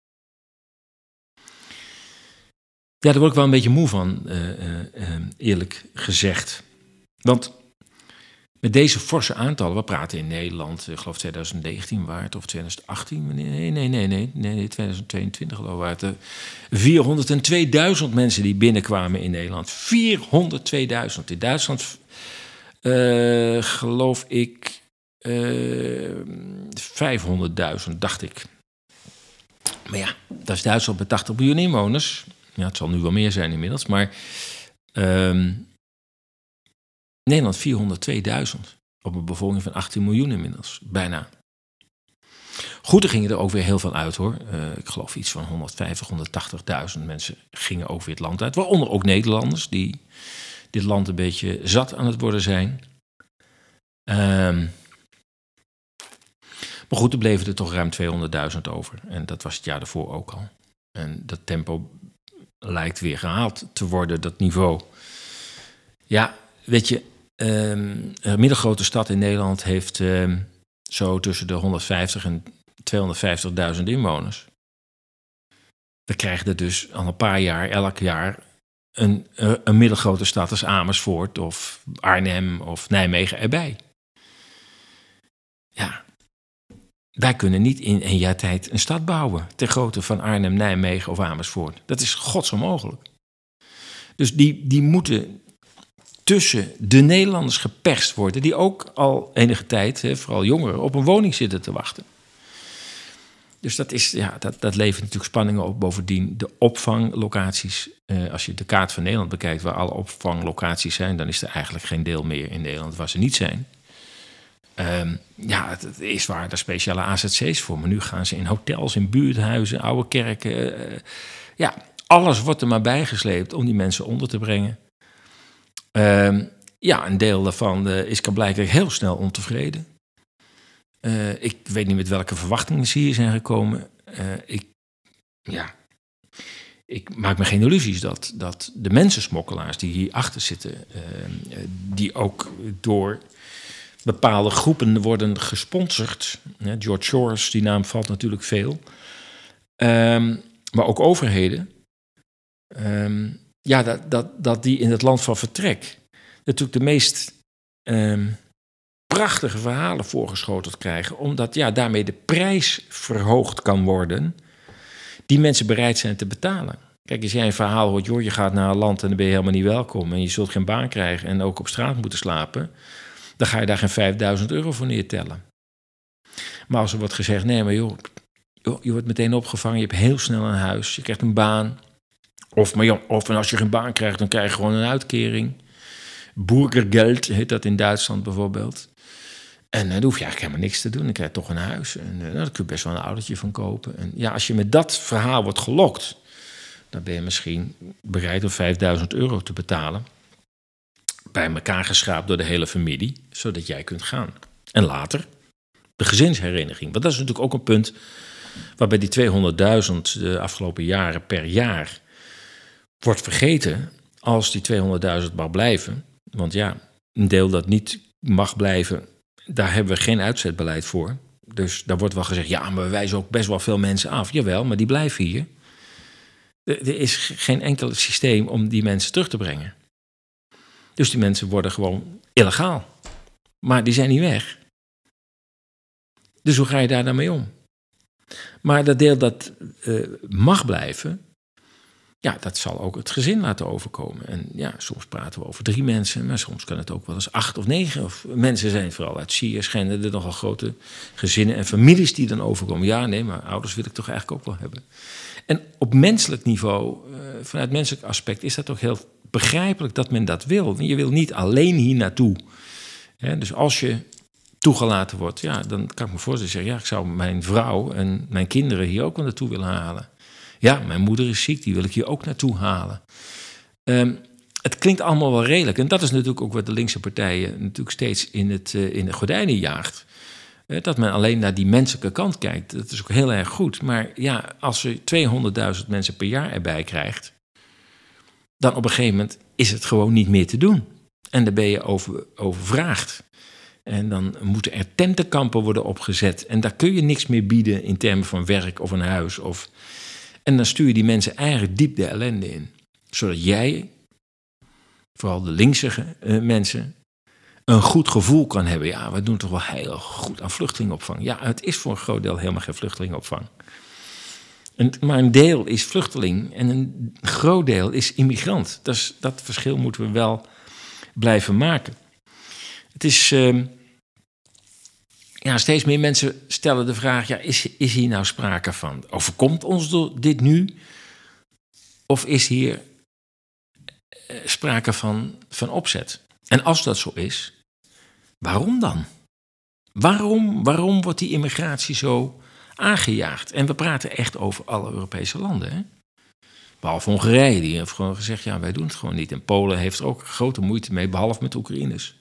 Speaker 1: Ja, daar word ik wel een beetje moe van, uh, uh, uh, eerlijk gezegd. Want met deze forse aantallen, we praten in Nederland, ik geloof twintig negentien waard, of twintig achttien, nee, nee, nee, nee, nee, twintig tweeëntwintig geloof ik, waard. Uh, vierhonderdtweeduizend mensen die binnenkwamen in Nederland. vierhonderdtweeduizend. In Duitsland uh, geloof ik uh, vijfhonderdduizend, dacht ik. Maar ja, dat is Duitsland met tachtig miljoen inwoners. Ja, het zal nu wel meer zijn inmiddels, maar um, Nederland vierhonderdtweeduizend op een bevolking van achttien miljoen inmiddels, bijna. Goed, er gingen er ook weer heel veel uit hoor. Uh, ik geloof iets van honderdvijftig, honderdtachtigduizend mensen gingen ook weer het land uit. Waaronder ook Nederlanders die dit land een beetje zat aan het worden zijn. Um, maar goed, er bleven er toch ruim tweehonderdduizend over. En dat was het jaar daarvoor ook al. En dat tempo lijkt weer gehaald te worden, dat niveau. Ja, weet je, um, een middelgrote stad in Nederland heeft um, zo tussen de honderdvijftig en tweehonderdvijftigduizend inwoners. We krijgen er dus al een paar jaar, elk jaar, een, een middelgrote stad als Amersfoort of Arnhem of Nijmegen erbij. Ja, wij kunnen niet in een jaar tijd een stad bouwen ter grootte van Arnhem, Nijmegen of Amersfoort. Dat is godsonmogelijk. Dus die, die moeten tussen de Nederlanders geperst worden, die ook al enige tijd, hè, vooral jongeren, op een woning zitten te wachten. Dus dat, is, ja, dat, dat levert natuurlijk spanningen op. Bovendien de opvanglocaties. Uh, als je de kaart van Nederland bekijkt waar alle opvanglocaties zijn, dan is er eigenlijk geen deel meer in Nederland waar ze niet zijn. Um, ja, het, het is waar, daar speciale A Z C's voor. Maar nu gaan ze in hotels, in buurthuizen, oude kerken. Uh, ja, alles wordt er maar bijgesleept om die mensen onder te brengen. Um, ja, een deel daarvan uh, is kan blijkbaar heel snel ontevreden. Uh, ik weet niet met welke verwachtingen ze hier zijn gekomen. Uh, ik, ja, ik maak me geen illusies dat, dat de mensensmokkelaars die hierachter zitten, uh, die ook door bepaalde groepen worden gesponsord. Ja, George Soros, die naam valt natuurlijk veel. Um, maar ook overheden. Um, ja, dat, dat, dat die in het land van vertrek natuurlijk de meest um, prachtige verhalen voorgeschoteld krijgen, omdat ja, daarmee de prijs verhoogd kan worden die mensen bereid zijn te betalen. Kijk, als jij een verhaal hoort, joh, je gaat naar een land en dan ben je helemaal niet welkom en je zult geen baan krijgen en ook op straat moeten slapen, dan ga je daar geen vijfduizend euro voor neertellen. Maar als er wordt gezegd, nee, maar joh, joh je wordt meteen opgevangen, je hebt heel snel een huis, je krijgt een baan, of, maar joh, of en als je geen baan krijgt, dan krijg je gewoon een uitkering. Burgergeld heet dat in Duitsland bijvoorbeeld. En uh, dan hoef je eigenlijk helemaal niks te doen. Dan krijg je toch een huis. En uh, nou, daar kun je best wel een autootje van kopen. En ja, als je met dat verhaal wordt gelokt, dan ben je misschien bereid om vijfduizend euro te betalen. Bij elkaar geschraapt door de hele familie, zodat jij kunt gaan. En later de gezinshereniging. Want dat is natuurlijk ook een punt waarbij die tweehonderdduizend de afgelopen jaren per jaar wordt vergeten. Als die tweehonderdduizend mag blijven. Want ja, een deel dat niet mag blijven, daar hebben we geen uitzetbeleid voor. Dus daar wordt wel gezegd, ja, maar we wijzen ook best wel veel mensen af. Jawel, maar die blijven hier. Er, er is geen enkel systeem om die mensen terug te brengen. Dus die mensen worden gewoon illegaal. Maar die zijn niet weg. Dus hoe ga je daar dan mee om? Maar dat deel dat uh, mag blijven, ja, dat zal ook het gezin laten overkomen. En ja, soms praten we over drie mensen, maar soms kan het ook wel eens acht of negen of mensen zijn. Vooral uit Syrië schijnen er nogal grote gezinnen en families die dan overkomen. Ja, nee, maar ouders wil ik toch eigenlijk ook wel hebben. En op menselijk niveau, uh, vanuit menselijk aspect, is dat ook heel begrijpelijk dat men dat wil. Je wil niet alleen hier naartoe. Ja, dus als je toegelaten wordt, ja, dan kan ik me voorstellen zeggen, ja, ik zou mijn vrouw en mijn kinderen hier ook wel naartoe willen halen. Ja, mijn moeder is ziek, die wil ik hier ook naartoe halen. Um, het klinkt allemaal wel redelijk. En dat is natuurlijk ook wat de linkse partijen natuurlijk steeds in, het, uh, in de gordijnen jaagt. Uh, dat men alleen naar die menselijke kant kijkt. Dat is ook heel erg goed. Maar ja, als je tweehonderdduizend mensen per jaar erbij krijgt, dan op een gegeven moment is het gewoon niet meer te doen. En dan ben je over, overvraagd. En dan moeten er tentenkampen worden opgezet. En daar kun je niks meer bieden in termen van werk of een huis. Of... En dan stuur je die mensen eigenlijk diep de ellende in. Zodat jij, vooral de linkse uh, mensen, een goed gevoel kan hebben. Ja, we doen toch wel heel goed aan vluchtelingenopvang. Ja, het is voor een groot deel helemaal geen vluchtelingenopvang. En, maar een deel is vluchteling en een groot deel is immigrant. Dus dat verschil moeten we wel blijven maken. Het is... Uh, ja, steeds meer mensen stellen de vraag, ja, is, is hier nou sprake van? Overkomt ons dit nu? Of is hier uh, sprake van, van opzet? En als dat zo is, waarom dan? Waarom, waarom wordt die immigratie zo aangejaagd? En we praten echt over alle Europese landen, hè? Behalve Hongarije, die heeft gewoon gezegd, ja, wij doen het gewoon niet. En Polen heeft er ook grote moeite mee, behalve met Oekraïners.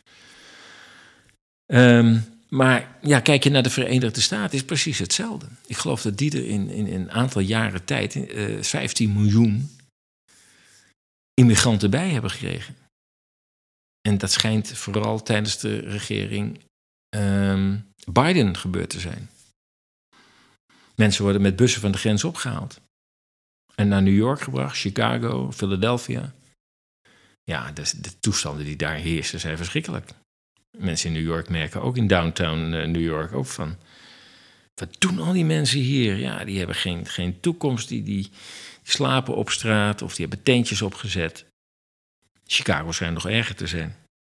Speaker 1: Um, maar ja, kijk je naar de Verenigde Staten, is precies hetzelfde. Ik geloof dat die er in, in, in een aantal jaren tijd uh, vijftien miljoen immigranten bij hebben gekregen. En dat schijnt vooral tijdens de regering um, Biden gebeurd te zijn. Mensen worden met bussen van de grens opgehaald. En naar New York gebracht, Chicago, Philadelphia. Ja, de, de toestanden die daar heersen zijn verschrikkelijk. Mensen in New York merken ook in downtown uh, New York ook van... Wat doen al die mensen hier? Ja, die hebben geen, geen toekomst. Die, die, die slapen op straat of die hebben tentjes opgezet. Chicago schijnt nog erger te zijn.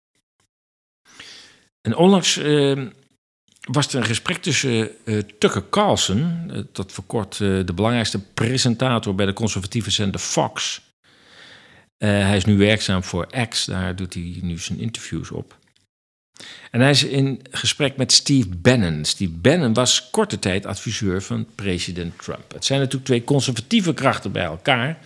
Speaker 1: En onlangs uh, was er een gesprek tussen uh, Tucker Carlson... Uh, dat verkort uh, de belangrijkste presentator bij de conservatieve zender Fox. Uh, hij is nu werkzaam voor X, daar doet hij nu zijn interviews op. En hij is in gesprek met Steve Bannon. Steve Bannon was korte tijd adviseur van president Trump. Het zijn natuurlijk twee conservatieve krachten bij elkaar.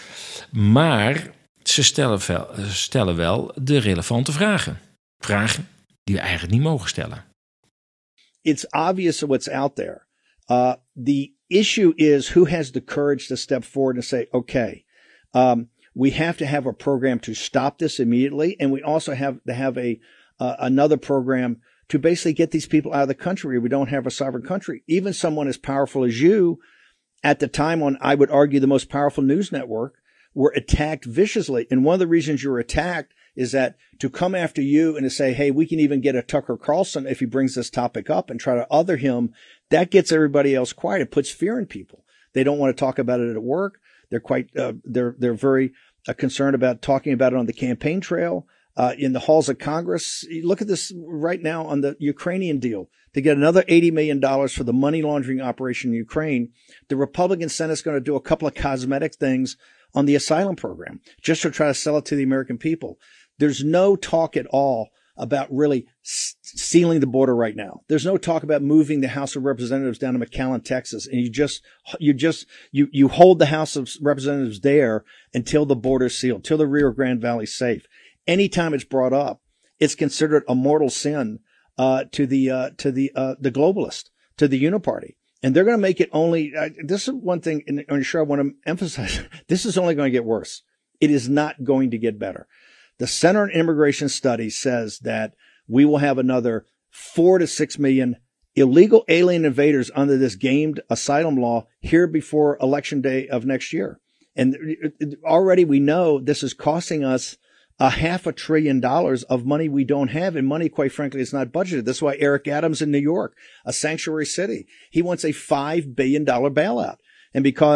Speaker 1: Maar ze stellen wel, stellen wel de relevante vragen. Vragen die we eigenlijk niet mogen stellen.
Speaker 11: It's obvious what's out there. Uh, the issue is who has the courage to step forward and say, okay, um, we have to have a program to stop this immediately. And we also have to have a Uh, another program to basically get these people out of the country. We don't have a sovereign country. Even someone as powerful as you, at the time when I would argue the most powerful news network, were attacked viciously. And one of the reasons you were attacked is that to come after you and to say, hey, we can even get a Tucker Carlson if he brings this topic up and try to other him, that gets everybody else quiet. It puts fear in people. They don't want to talk about it at work. They're quite, uh, they're, they're very uh, concerned about talking about it on the campaign trail. Uh, in the halls of Congress. Look at this right now on the Ukrainian deal to get another eighty million dollars for the money laundering operation in Ukraine. The Republican Senate's going to do a couple of cosmetic things on the asylum program just to try to sell it to the American people. There's no talk at all about really s- sealing the border right now. There's no talk about moving the House of Representatives down to McAllen, Texas. And you just, you just, you, you hold the House of Representatives there until the border's sealed, till the Rio Grande Valley's safe. Anytime it's brought up, it's considered a mortal sin uh, to the uh, to the uh, the globalist, to the Uniparty, and they're going to make it only. Uh, this is one thing, and I'm sure I want to emphasize: this is only going to get worse. It is not going to get better. The Center on Immigration Studies says that we will have another four to six million illegal alien invaders under this gamed asylum law here before Election Day of next year, and already we know this is costing us a half a trillion dollars of money we don't have, and money, quite frankly, is not budgeted. That's why Eric Adams in New York, a sanctuary city, he wants a five billion dollars bailout. And because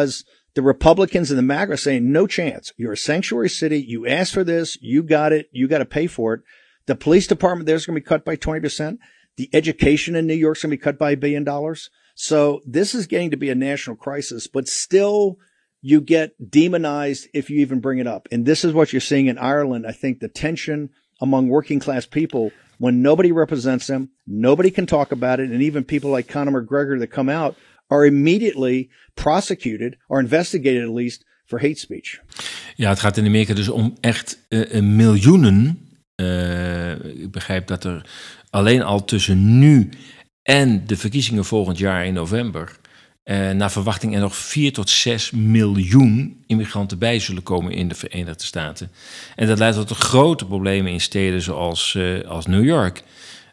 Speaker 11: The Republicans and the MAGA are saying, no chance. You're a sanctuary city. You asked for this. You got it. You got to pay for it. The police department there's going to be cut by twenty percent. The education in New York's going to be cut by a billion dollars. So this is getting to be a national crisis, but still you get demonized if you even bring it up. And this is what you're seeing in Ireland. I think the tension among working class people when nobody represents them, nobody can talk about it. And even people like Conor McGregor that come out are immediately prosecuted or investigated at least for hate speech.
Speaker 1: Ja, het gaat in Amerika dus om echt uh, miljoenen. Uh, ik begrijp dat er alleen al tussen nu en de verkiezingen volgend jaar in november Uh, naar verwachting er nog vier tot zes miljoen immigranten bij zullen komen in de Verenigde Staten. En dat leidt tot grote problemen in steden zoals, uh, als New York.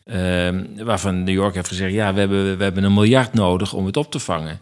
Speaker 1: Uh, waarvan New York heeft gezegd, ja, we hebben, we hebben een miljard nodig om het op te vangen.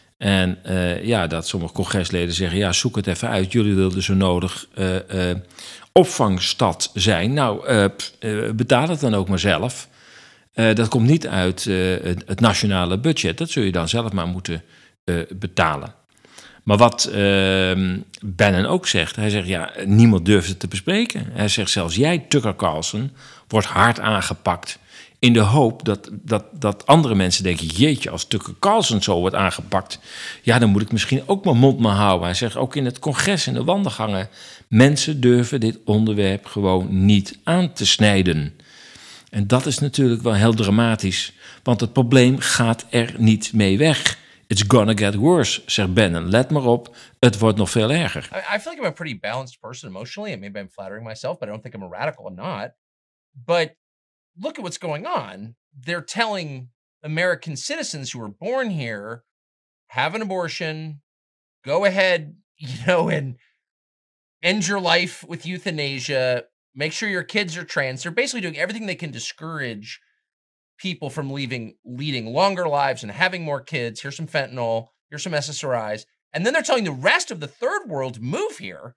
Speaker 1: En uh, ja, dat sommige congresleden zeggen, ja, zoek het even uit. Jullie wilden zo nodig uh, uh, opvangstad zijn. Nou, uh, uh, betaal het dan ook maar zelf. Uh, dat komt niet uit uh, het, het nationale budget. Dat zul je dan zelf maar moeten uh, betalen. Maar wat uh, Bannon ook zegt, hij zegt, ja, niemand durft het te bespreken. Hij zegt, zelfs jij, Tucker Carlson, wordt hard aangepakt in de hoop dat, dat, dat andere mensen denken, jeetje, als Tucker Carlson zo wordt aangepakt, ja, dan moet ik misschien ook mijn mond maar houden. Hij zegt, ook in het congres, in de wandelgangen, mensen durven dit onderwerp gewoon niet aan te snijden. En dat is natuurlijk wel heel dramatisch, want het probleem gaat er niet mee weg. It's gonna get worse, zegt Bannon. Let maar op, het wordt nog veel erger.
Speaker 12: I, I feel like I'm a pretty balanced person emotionally, and maybe I'm flattering myself, but I don't think I'm a radical or not. But look at what's going on. They're telling American citizens who were born here, have an abortion, go ahead, you know, and end your life with euthanasia, make sure your kids are trans. They're basically doing everything they can discourage people from leaving, leading longer lives and having more kids. Here's some fentanyl, here's some S S R Is. And then they're telling the rest of the third world to move here.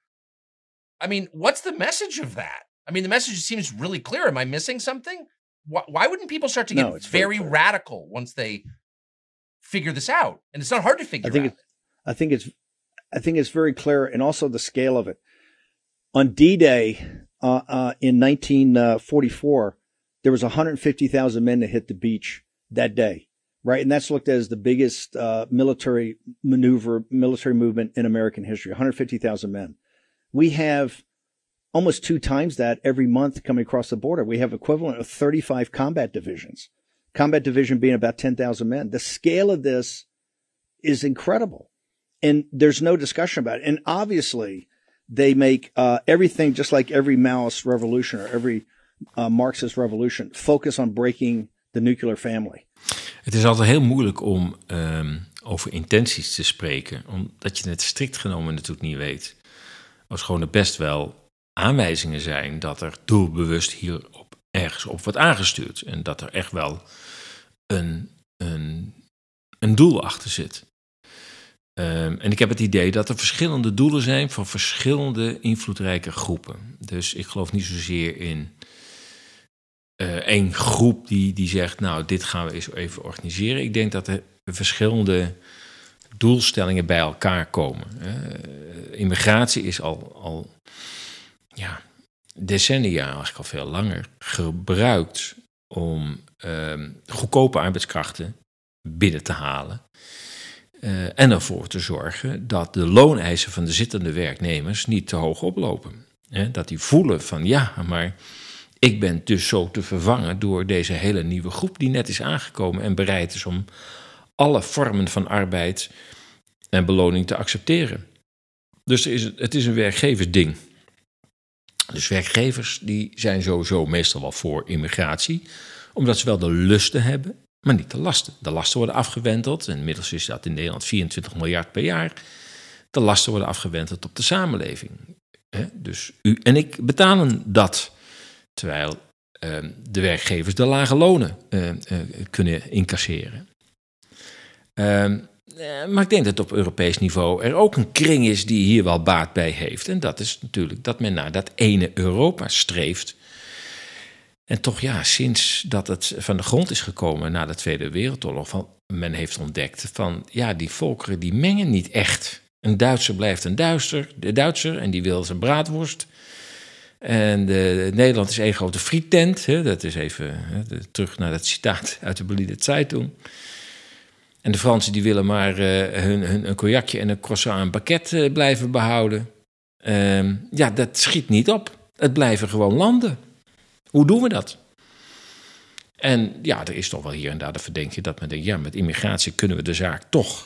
Speaker 12: I mean, what's the message of that? I mean, the message seems really clear. Am I missing something? Why, why wouldn't people start to get
Speaker 11: No, it's
Speaker 12: very,
Speaker 11: very
Speaker 12: radical once they figure this out? And it's not hard to figure
Speaker 11: I think
Speaker 12: out.
Speaker 11: it's, I think it's, I think it's very clear, and also the scale of it. On D-Day uh, uh, in nineteen forty-four, there was one hundred fifty thousand men that hit the beach that day, right? And that's looked at as the biggest uh, military maneuver, military movement in American history. one hundred fifty thousand men. We have almost two times that every month coming across the border. We have equivalent of thirty-five combat divisions. Combat division being about ten thousand men. The scale of this is incredible. And there's no discussion about it. And obviously, they make uh, everything, just like every Maoist revolution or every uh, Marxist revolution, focus on breaking the nuclear family.
Speaker 1: Het is altijd heel moeilijk om um, over intenties te spreken, omdat je het strikt genomen natuurlijk niet weet. Als gewoon er best wel aanwijzingen zijn dat er doelbewust hier op, ergens op wordt aangestuurd. En dat er echt wel een, een, een doel achter zit. Um, en ik heb het idee dat er verschillende doelen zijn van verschillende invloedrijke groepen. Dus ik geloof niet zozeer in uh, één groep die, die zegt, nou, dit gaan we eens even organiseren. Ik denk dat er verschillende doelstellingen bij elkaar komen. Uh, immigratie is al, al ja, decennia, eigenlijk al veel langer, gebruikt om um, goedkope arbeidskrachten binnen te halen. Uh, en ervoor te zorgen dat de looneisen van de zittende werknemers niet te hoog oplopen. He, dat die voelen van, ja, maar ik ben dus zo te vervangen door deze hele nieuwe groep die net is aangekomen en bereid is om alle vormen van arbeid en beloning te accepteren. Dus het is, het is een werkgeversding. Dus werkgevers die zijn sowieso meestal wel voor immigratie, omdat ze wel de lusten hebben, maar niet de lasten. De lasten worden afgewenteld, en inmiddels is dat in Nederland vierentwintig miljard per jaar. De lasten worden afgewenteld op de samenleving. He, dus u en ik betalen dat, terwijl uh, de werkgevers de lage lonen uh, uh, kunnen incasseren. Uh, uh, maar ik denk dat op Europees niveau er ook een kring is die hier wel baat bij heeft. En dat is natuurlijk dat men naar dat ene Europa streeft. En toch ja, sinds dat het van de grond is gekomen na de Tweede Wereldoorlog, van, men heeft ontdekt van ja, die volkeren die mengen niet echt Een Duitser blijft een Duitser, de Duitser en die wil zijn braadworst. En de, Nederland is één grote friettent. Hè, dat is even hè, de, terug naar dat citaat uit de Berliner Zeitung. En de Fransen die willen maar uh, hun, hun een cognacje en een croissant en baguette uh, blijven behouden. Uh, ja, dat schiet niet op. Het blijven gewoon landen. Hoe doen we dat? En ja, er is toch wel hier en daar de verdenking dat men denkt, ja, met immigratie kunnen we de zaak toch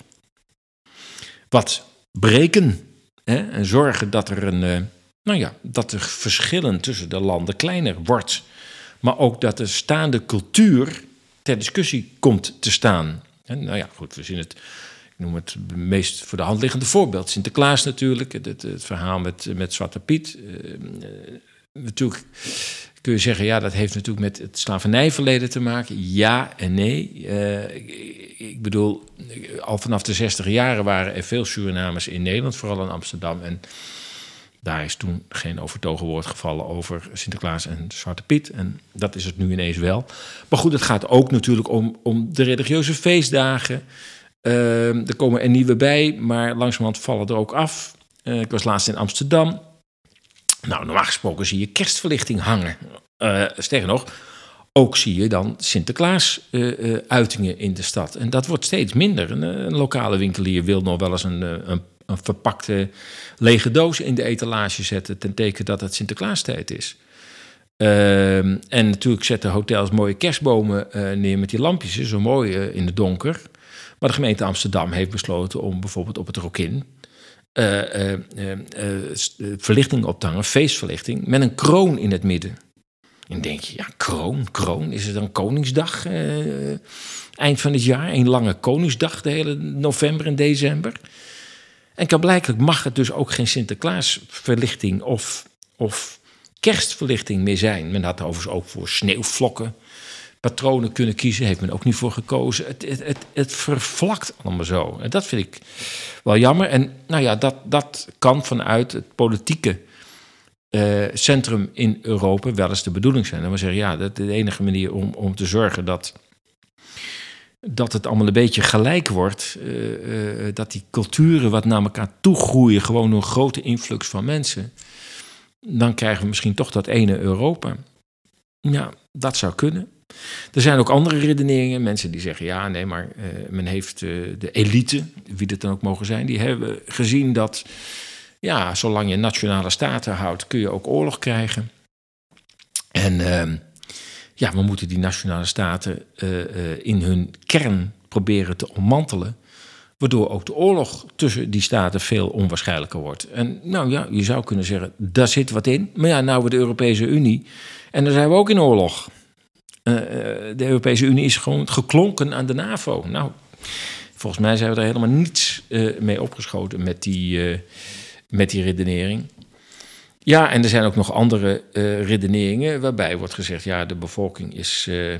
Speaker 1: wat breken. Hè, en zorgen dat er een, uh, nou ja, dat de verschillen tussen de landen kleiner wordt. Maar ook dat de staande cultuur ter discussie komt te staan. En nou ja, goed, we zien het, ik noem het meest voor de hand liggende voorbeeld. Sinterklaas natuurlijk, het, het, het verhaal met, met Zwarte Piet. Uh, uh, natuurlijk kun je zeggen, ja, dat heeft natuurlijk met het slavernijverleden te maken. Ja en nee. Uh, ik, ik bedoel, al vanaf de zestig jaren waren er veel Surinamers in Nederland, vooral in Amsterdam. En daar is toen geen overtogen woord gevallen over Sinterklaas en Zwarte Piet. En dat is het nu ineens wel. Maar goed, het gaat ook natuurlijk om, om de religieuze feestdagen. Uh, er komen er nieuwe bij, maar langzamerhand vallen er ook af. Uh, ik was laatst in Amsterdam. Nou, normaal gesproken zie je kerstverlichting hangen. Uh, sterker nog, ook zie je dan Sinterklaas-uitingen uh, uh, in de stad. En dat wordt steeds minder. Een, een lokale winkelier wil nog wel eens een, een, een verpakte lege doos in de etalage zetten, ten teken dat het Sinterklaastijd is. Uh, en natuurlijk zetten hotels mooie kerstbomen uh, neer met die lampjes, zo mooi uh, in het donker. Maar de gemeente Amsterdam heeft besloten om bijvoorbeeld op het Rokin Uh, uh, uh, uh, verlichting op te hangen, feestverlichting, met een kroon in het midden. En denk je, ja, kroon, kroon, is het dan Koningsdag uh, eind van het jaar? Een lange Koningsdag de hele november en december. En klaarblijkelijk mag het dus ook geen Sinterklaasverlichting of, of kerstverlichting meer zijn. Men had overigens ook voor sneeuwvlokken patronen kunnen kiezen, heeft men ook niet voor gekozen. Het, het, het, het vervlakt allemaal zo. En dat vind ik wel jammer. En nou ja, dat, dat kan vanuit het politieke uh, centrum in Europa wel eens de bedoeling zijn. En we zeggen, ja, dat is de enige manier om, om te zorgen dat, dat het allemaal een beetje gelijk wordt. Uh, uh, dat die culturen wat naar elkaar toe groeien, gewoon door een grote influx van mensen. Dan krijgen we misschien toch dat ene Europa. Ja, dat zou kunnen. Er zijn ook andere redeneringen. Mensen die zeggen, ja, nee, maar uh, men heeft uh, de elite, wie dat dan ook mogen zijn, die hebben gezien dat, ja, zolang je nationale staten houdt, kun je ook oorlog krijgen. En uh, ja, we moeten die nationale staten uh, uh, in hun kern proberen te ommantelen, waardoor ook de oorlog tussen die staten veel onwaarschijnlijker wordt. En nou ja, je zou kunnen zeggen, daar zit wat in. Maar ja, nou we de Europese Unie, en dan zijn we ook in oorlog. Uh, de Europese Unie is gewoon geklonken aan de NAVO. Nou, volgens mij zijn we er helemaal niets uh, mee opgeschoten met die, uh, met die redenering. Ja, en er zijn ook nog andere uh, redeneringen waarbij wordt gezegd, ja, de bevolking is, uh,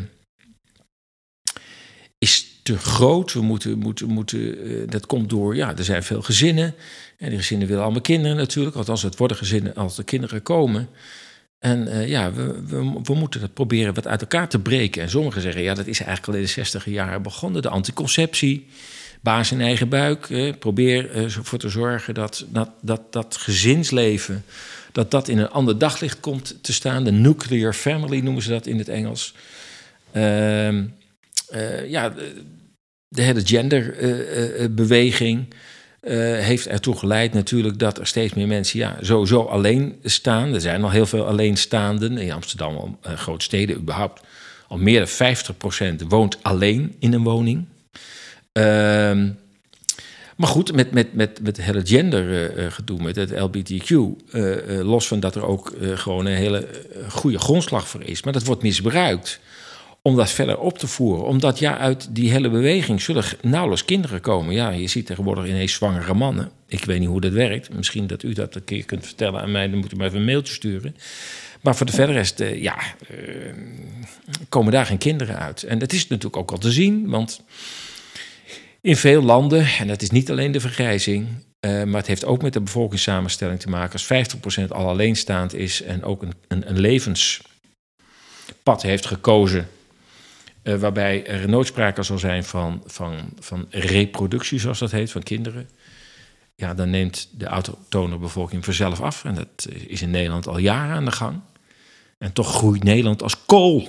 Speaker 1: is te groot. We moeten, moeten, moeten uh, dat komt door, ja, er zijn veel gezinnen. En die gezinnen willen allemaal kinderen natuurlijk. Althans, het worden gezinnen als de kinderen komen. En uh, ja, we, we, we moeten dat proberen wat uit elkaar te breken. En sommigen zeggen, ja, dat is eigenlijk al in de zestig jaren begonnen. De anticonceptie, baas in eigen buik. Eh, probeer ervoor te zorgen dat dat, dat dat gezinsleven, dat dat in een ander daglicht komt te staan. De nuclear family noemen ze dat in het Engels. Uh, uh, ja, de, de hele genderbeweging uh, uh, Uh, heeft ertoe geleid natuurlijk dat er steeds meer mensen ja, sowieso alleen staan. Er zijn al heel veel alleenstaanden. In Amsterdam, uh, grote steden überhaupt, al meer dan vijftig procent woont alleen in een woning. Uh, maar goed, met, met, met, met het hele gender uh, gedoe, met het L G B T Q... Uh, uh, los van dat er ook uh, gewoon een hele uh, goede grondslag voor is. Maar dat wordt misbruikt om dat verder op te voeren. Omdat ja, uit die hele beweging zullen nauwelijks kinderen komen. Ja, je ziet tegenwoordig ineens zwangere mannen. Ik weet niet hoe dat werkt. Misschien dat u dat een keer kunt vertellen aan mij. Dan moet u maar even een mailtje sturen. Maar voor de verder rest, uh, ja, uh, komen daar geen kinderen uit. En dat is natuurlijk ook al te zien. Want in veel landen, en dat is niet alleen de vergrijzing, Uh, maar het heeft ook met de bevolkingssamenstelling te maken. Als vijftig procent al alleenstaand is en ook een, een, een levenspad heeft gekozen, Uh, waarbij er nooit sprake zal zijn van, van, van reproductie, zoals dat heet, van kinderen. ja, dan neemt de autochtone bevolking vanzelf af. En dat is in Nederland al jaren aan de gang. En toch groeit Nederland als kool.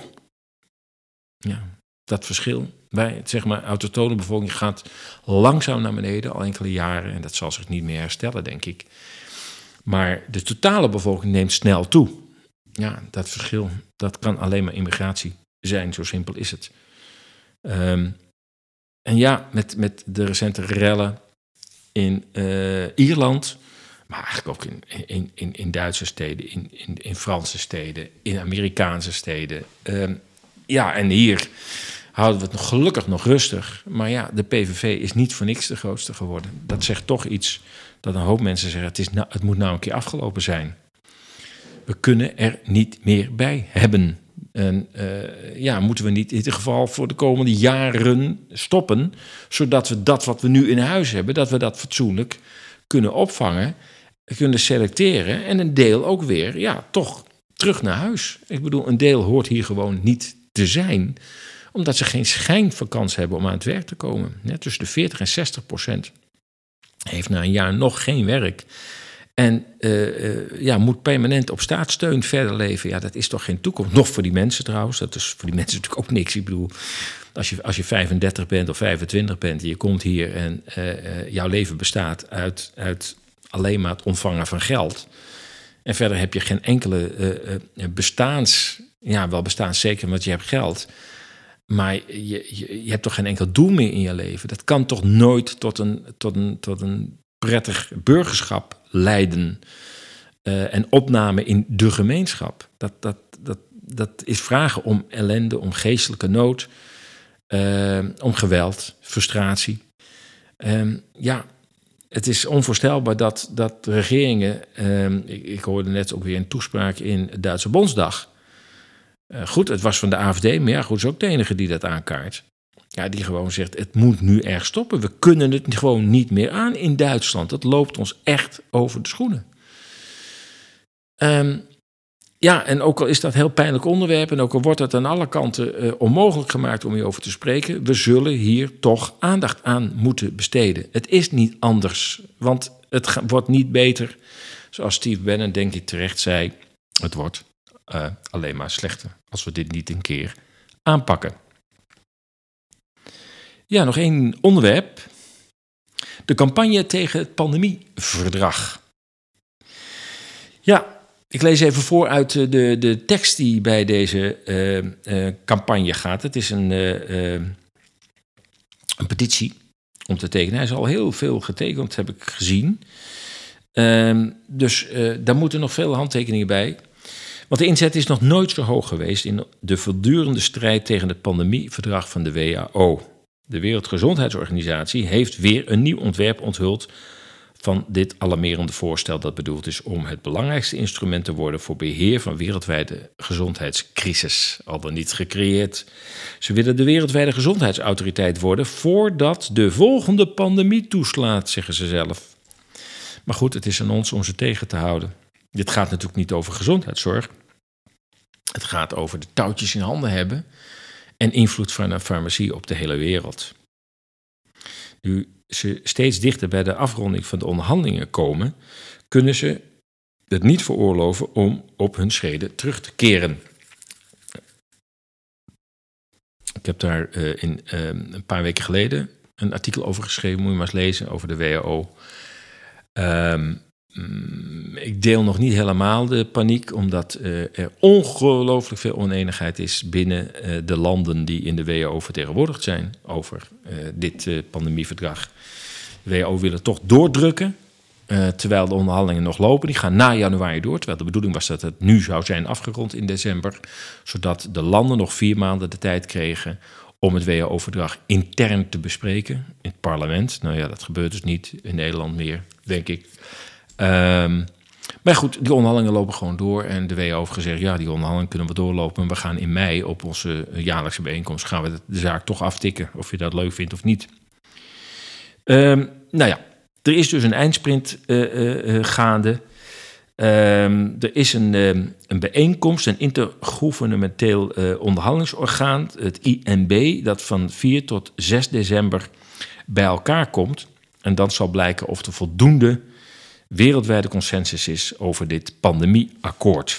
Speaker 1: Ja, dat verschil. Wij, zeg maar, autochtone bevolking gaat langzaam naar beneden, al enkele jaren. En dat zal zich niet meer herstellen, denk ik. Maar de totale bevolking neemt snel toe. Ja, dat verschil, dat kan alleen maar immigratie zijn. Zo simpel is het. Um, en ja, met, met de recente rellen in uh, Ierland, maar eigenlijk ook in, in, in, in Duitse steden, in, in, in Franse steden, in Amerikaanse steden. Um, ja, en hier houden we het nog gelukkig nog rustig. Maar ja, de P V V is niet voor niks de grootste geworden. Dat zegt toch iets dat een hoop mensen zeggen, het, is nou, het moet nou een keer afgelopen zijn. We kunnen er niet meer bij hebben. En uh, ja, moeten we niet in ieder geval voor de komende jaren stoppen, zodat we dat wat we nu in huis hebben, dat we dat fatsoenlijk kunnen opvangen, kunnen selecteren en een deel ook weer, ja, toch terug naar huis. Ik bedoel, een deel hoort hier gewoon niet te zijn, omdat ze geen schijn van kans hebben om aan het werk te komen. Net tussen de veertig en zestig procent heeft na een jaar nog geen werk. En uh, uh, ja, moet permanent op staatssteun verder leven. Ja, dat is toch geen toekomst. Nog voor die mensen trouwens. Dat is voor die mensen natuurlijk ook niks. Ik bedoel, als je, als je vijfendertig bent of vijfentwintig bent en je komt hier en uh, uh, jouw leven bestaat uit, uit alleen maar het ontvangen van geld. En verder heb je geen enkele uh, uh, bestaans... Ja, wel bestaanszeker, want je hebt geld. Maar je, je, je hebt toch geen enkel doel meer in je leven. Dat kan toch nooit tot een, tot een, tot een prettig burgerschap leiden. Uh, en opname in de gemeenschap. Dat, dat, dat, dat is vragen om ellende, om geestelijke nood, uh, om geweld, frustratie. Um, ja, het is onvoorstelbaar dat, dat regeringen... Um, ik, ik hoorde net ook weer een toespraak in de Duitse Bondsdag. Uh, goed, het was van de A F D, maar ja, goed, is ook de enige die dat aankaart. Ja, die gewoon zegt, het moet nu erg stoppen. We kunnen het gewoon niet meer aan in Duitsland. Het loopt ons echt over de schoenen. Um, ja, en ook al is dat een heel pijnlijk onderwerp, en ook al wordt het aan alle kanten uh, onmogelijk gemaakt om hierover te spreken, we zullen hier toch aandacht aan moeten besteden. Het is niet anders, want het ga, wordt niet beter. Zoals Steve Bannon, denk ik, terecht zei, het wordt uh, alleen maar slechter als we dit niet een keer aanpakken. Ja, nog één onderwerp. De campagne tegen het pandemieverdrag. Ja, ik lees even voor uit de, de tekst die bij deze uh, uh, campagne gaat. Het is een, uh, uh, een petitie om te tekenen. Hij is al heel veel getekend, heb ik gezien. Uh, dus uh, daar moeten nog veel handtekeningen bij. Want de inzet is nog nooit zo hoog geweest in de voortdurende strijd tegen het pandemieverdrag van de W H O. De Wereldgezondheidsorganisatie heeft weer een nieuw ontwerp onthuld van dit alarmerende voorstel dat bedoeld is om het belangrijkste instrument te worden voor beheer van wereldwijde gezondheidscrisis. Al dan niet gecreëerd. Ze willen de wereldwijde gezondheidsautoriteit worden voordat de volgende pandemie toeslaat, zeggen ze zelf. Maar goed, het is aan ons om ze tegen te houden. Dit gaat natuurlijk niet over gezondheidszorg. Het gaat over de touwtjes in handen hebben en invloed van een farmacie op de hele wereld. Nu ze steeds dichter bij de afronding van de onderhandelingen komen, kunnen ze het niet veroorloven om op hun schreden terug te keren. Ik heb daar uh, in, uh, een paar weken geleden een artikel over geschreven, moet je maar eens lezen, over de W H O. Um, Ik deel nog niet helemaal de paniek, omdat uh, er ongelooflijk veel oneenigheid is binnen uh, de landen die in de W H O vertegenwoordigd zijn over uh, dit uh, pandemieverdrag. De W H O wil het toch doordrukken, uh, terwijl de onderhandelingen nog lopen. Die gaan na januari door, terwijl de bedoeling was dat het nu zou zijn afgerond in december, zodat de landen nog vier maanden de tijd kregen om het W H O-verdrag intern te bespreken in het parlement. Nou ja, dat gebeurt dus niet in Nederland meer, denk ik. Um, maar goed, die onderhandelingen lopen gewoon door. En de W H O heeft gezegd, ja, die onderhandelingen kunnen we doorlopen. En we gaan in mei op onze jaarlijkse bijeenkomst gaan we de zaak toch aftikken. Of je dat leuk vindt of niet. Um, nou ja, er is dus een eindsprint uh, uh, gaande. Um, er is een, um, een bijeenkomst, een intergouvernementeel uh, onderhandelingsorgaan, het I N B, dat van vier tot zes december bij elkaar komt. En dan zal blijken of er voldoende wereldwijde consensus is over dit pandemieakkoord.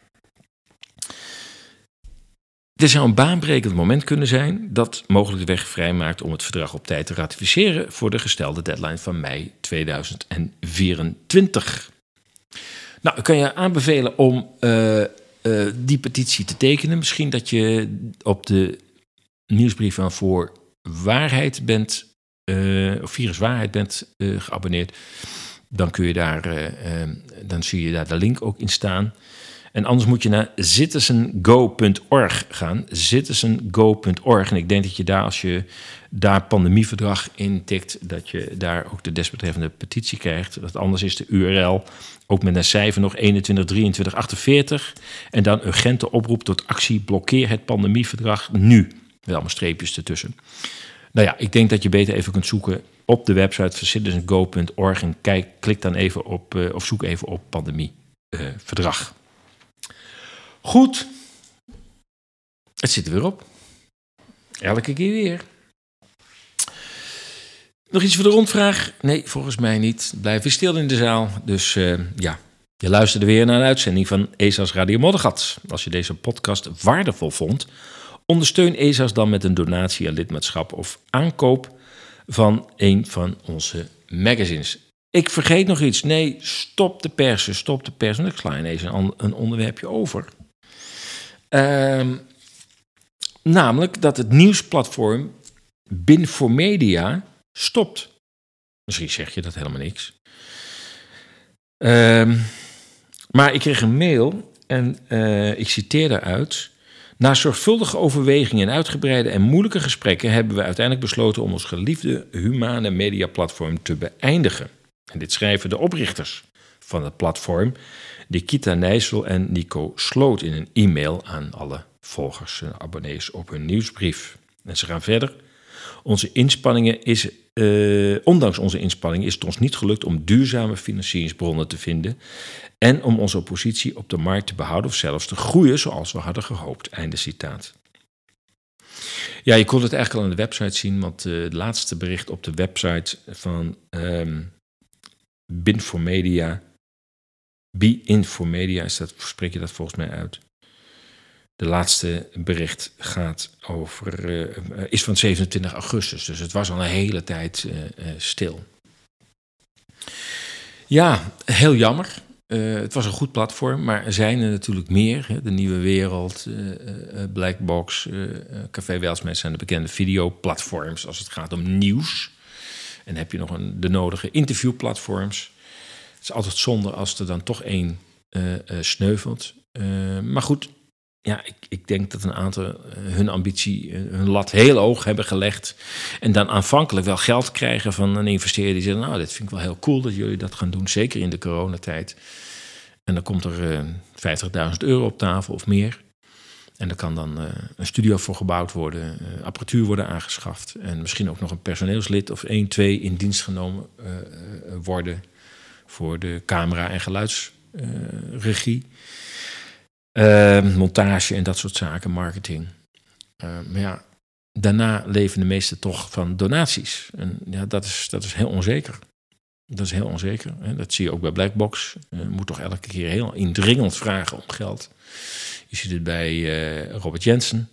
Speaker 1: Er zou een baanbrekend moment kunnen zijn dat mogelijk de weg vrijmaakt om het verdrag op tijd te ratificeren voor de gestelde deadline van mei tweeduizend vierentwintig. Nou, ik kan je aanbevelen om uh, uh, die petitie te tekenen. Misschien dat je op de nieuwsbrief van Voor Waarheid bent, uh, of Virus Waarheid bent uh, geabonneerd. Dan kun je daar, uh, uh, dan zie je daar de link ook in staan. En anders moet je naar citizen go punt org gaan. citizen go punt org. En ik denk dat je daar, als je daar pandemieverdrag intikt, dat je daar ook de desbetreffende petitie krijgt. Dat anders is de U R L ook met een cijfer nog eenentwintig drieëntwintig achtenveertig. En dan urgente oproep tot actie. Blokkeer het pandemieverdrag nu. Met allemaal streepjes ertussen. Nou ja, ik denk dat je beter even kunt zoeken op de website van citizen go punt org. En kijk, klik dan even op, uh, of zoek even op pandemieverdrag. Uh, Goed, het zit er weer op. Elke keer weer. Nog iets voor de rondvraag? Nee, volgens mij niet. Blijf weer stil in de zaal. Dus uh, ja, je luisterde weer naar een uitzending van E S A's Radio Moddergat. Als je deze podcast waardevol vond, ondersteun E S A's dan met een donatie aan lidmaatschap of aankoop van een van onze magazines. Ik vergeet nog iets. Nee, stop de persen, stop de persen. Ik sla ineens een, een onderwerpje over. Uh, namelijk dat het nieuwsplatform Binfomedia stopt. Misschien zeg je dat helemaal niks. Uh, maar ik kreeg een mail en uh, ik citeer daaruit. Na zorgvuldige overwegingen en uitgebreide en moeilijke gesprekken hebben we uiteindelijk besloten om ons geliefde humane mediaplatform te beëindigen. En dit schrijven de oprichters van het platform, Nikita Nijssel en Nico Sloot, in een e-mail aan alle volgers en abonnees op hun nieuwsbrief. En ze gaan verder. Onze inspanningen is, uh, ondanks onze inspanningen is het ons niet gelukt om duurzame financieringsbronnen te vinden en om onze positie op de markt te behouden of zelfs te groeien zoals we hadden gehoopt. Einde citaat. Ja, je kon het eigenlijk al aan de website zien, want uh, het laatste bericht op de website van um, Binfomedia, Binfomedia, is dat, spreek je dat volgens mij uit? De laatste bericht gaat over, uh, is van zevenentwintig augustus, dus het was al een hele tijd uh, uh, stil. Ja, heel jammer. Uh, het was een goed platform, maar er zijn er natuurlijk meer. Hè? De Nieuwe Wereld, uh, uh, Blackbox, uh, Café Welsmet zijn de bekende videoplatforms als het gaat om nieuws. En dan heb je nog een, de nodige interviewplatforms. Het is altijd zonde als er dan toch één uh, uh, sneuvelt. Uh, maar goed, ja, ik, ik denk dat een aantal uh, hun ambitie, uh, hun lat heel hoog hebben gelegd. En dan aanvankelijk wel geld krijgen van een investeerder die zegt, nou, dit vind ik wel heel cool dat jullie dat gaan doen, zeker in de coronatijd. En dan komt er uh, vijftigduizend euro op tafel of meer. En er kan dan uh, een studio voor gebouwd worden, uh, apparatuur worden aangeschaft. En misschien ook nog een personeelslid of één, twee in dienst genomen uh, uh, worden voor de camera- en geluidsregie. Uh, uh, montage en dat soort zaken, marketing. Uh, maar ja, daarna leven de meesten toch van donaties. En ja, dat is, dat is heel onzeker. Dat is heel onzeker. Hè? Dat zie je ook bij Blackbox. Je uh, moet toch elke keer heel indringend vragen om geld. Je ziet het bij uh, Robert Jensen.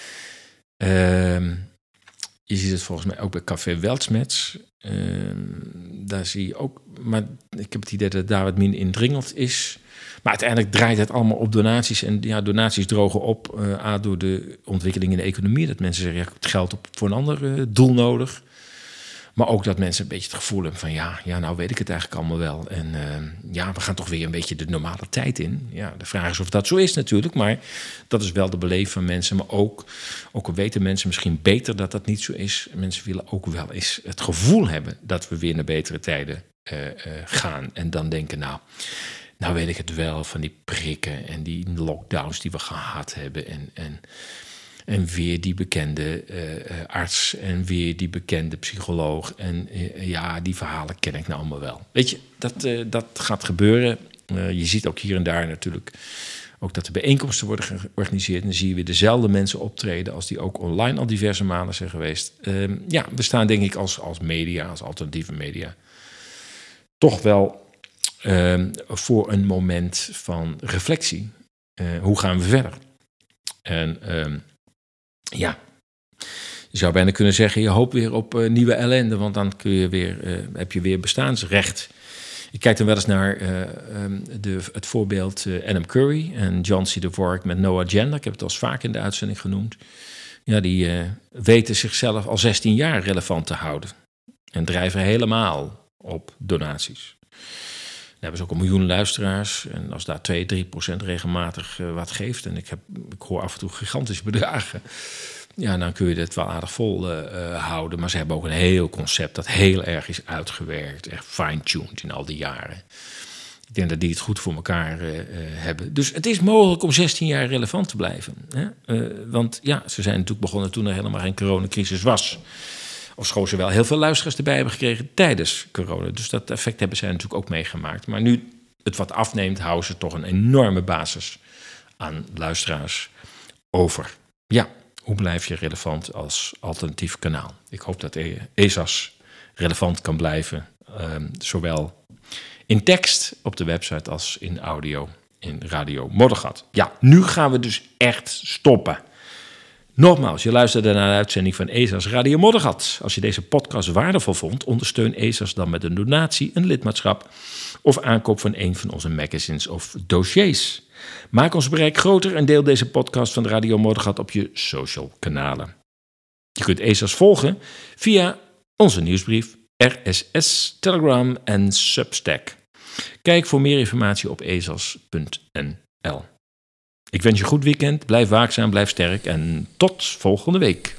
Speaker 1: Uh, je ziet het volgens mij ook bij Café Welsmet. Uh, daar zie je ook, maar ik heb het idee dat het daar wat minder indringend is. Maar uiteindelijk draait het allemaal op donaties. En ja, donaties drogen op, uh, A, door de ontwikkeling in de economie. Dat mensen zeggen, ja, ik heb het geld op voor een ander uh, doel nodig. Maar ook dat mensen een beetje het gevoel hebben van, ja, ja nou weet ik het eigenlijk allemaal wel. En uh, ja, we gaan toch weer een beetje de normale tijd in. Ja, de vraag is of dat zo is natuurlijk, maar dat is wel de beleving van mensen. Maar ook, ook al weten mensen misschien beter dat dat niet zo is. Mensen willen ook wel eens het gevoel hebben dat we weer naar betere tijden uh, uh, gaan. En dan denken, nou, nou weet ik het wel van die prikken en die lockdowns die we gehad hebben. En... en En weer die bekende uh, arts en weer die bekende psycholoog. En uh, ja, die verhalen ken ik nou allemaal wel. Weet je, dat, uh, dat gaat gebeuren. Uh, je ziet ook hier en daar natuurlijk Ook dat er bijeenkomsten worden georganiseerd. En dan zie je weer dezelfde mensen optreden als die ook online al diverse malen zijn geweest. Uh, ja, we staan denk ik als, als media, als alternatieve media, toch wel uh, voor een moment van reflectie. Uh, hoe gaan we verder? En uh, ja, je zou bijna kunnen zeggen, je hoopt weer op uh, nieuwe ellende, want dan kun je weer, uh, heb je weer bestaansrecht. Ik kijk dan wel eens naar uh, um, de, het voorbeeld uh, Adam Curry en John C. Dvorak met No Agenda. Ik heb het al eens vaak in de uitzending genoemd. Ja, die uh, weten zichzelf al zestien jaar relevant te houden. En drijven helemaal op donaties. Dan hebben ze ook een miljoen luisteraars. En als daar twee, drie procent regelmatig uh, wat geeft, en ik, heb, ik hoor af en toe gigantische bedragen, ja, dan kun je het wel aardig vol uh, uh, houden. Maar ze hebben ook een heel concept dat heel erg is uitgewerkt. Echt fine-tuned in al die jaren. Ik denk dat die het goed voor elkaar uh, uh, hebben. Dus het is mogelijk om zestien jaar relevant te blijven. Hè? Uh, want ja, ze zijn natuurlijk begonnen toen er helemaal geen coronacrisis was. Ofschoon ze wel heel veel luisteraars erbij hebben gekregen tijdens corona. Dus dat effect hebben zij natuurlijk ook meegemaakt. Maar nu het wat afneemt, houden ze toch een enorme basis aan luisteraars over. Ja. Hoe blijf je relevant als alternatief kanaal? Ik hoop dat E S A S relevant kan blijven. Um, zowel in tekst op de website als in audio in Radio Moddergat. Ja, nu gaan we dus echt stoppen. Nogmaals, je luisterde naar de uitzending van E S A S Radio Moddergat. Als je deze podcast waardevol vond, ondersteun E S A S dan met een donatie, een lidmaatschap of aankoop van een van onze magazines of dossiers. Maak ons bereik groter en deel deze podcast van Radio Moddergat op je social kanalen. Je kunt E S A S volgen via onze nieuwsbrief, R S S, Telegram en Substack. Kijk voor meer informatie op e s a s punt n l. Ik wens je een goed weekend, blijf waakzaam, blijf sterk en tot volgende week.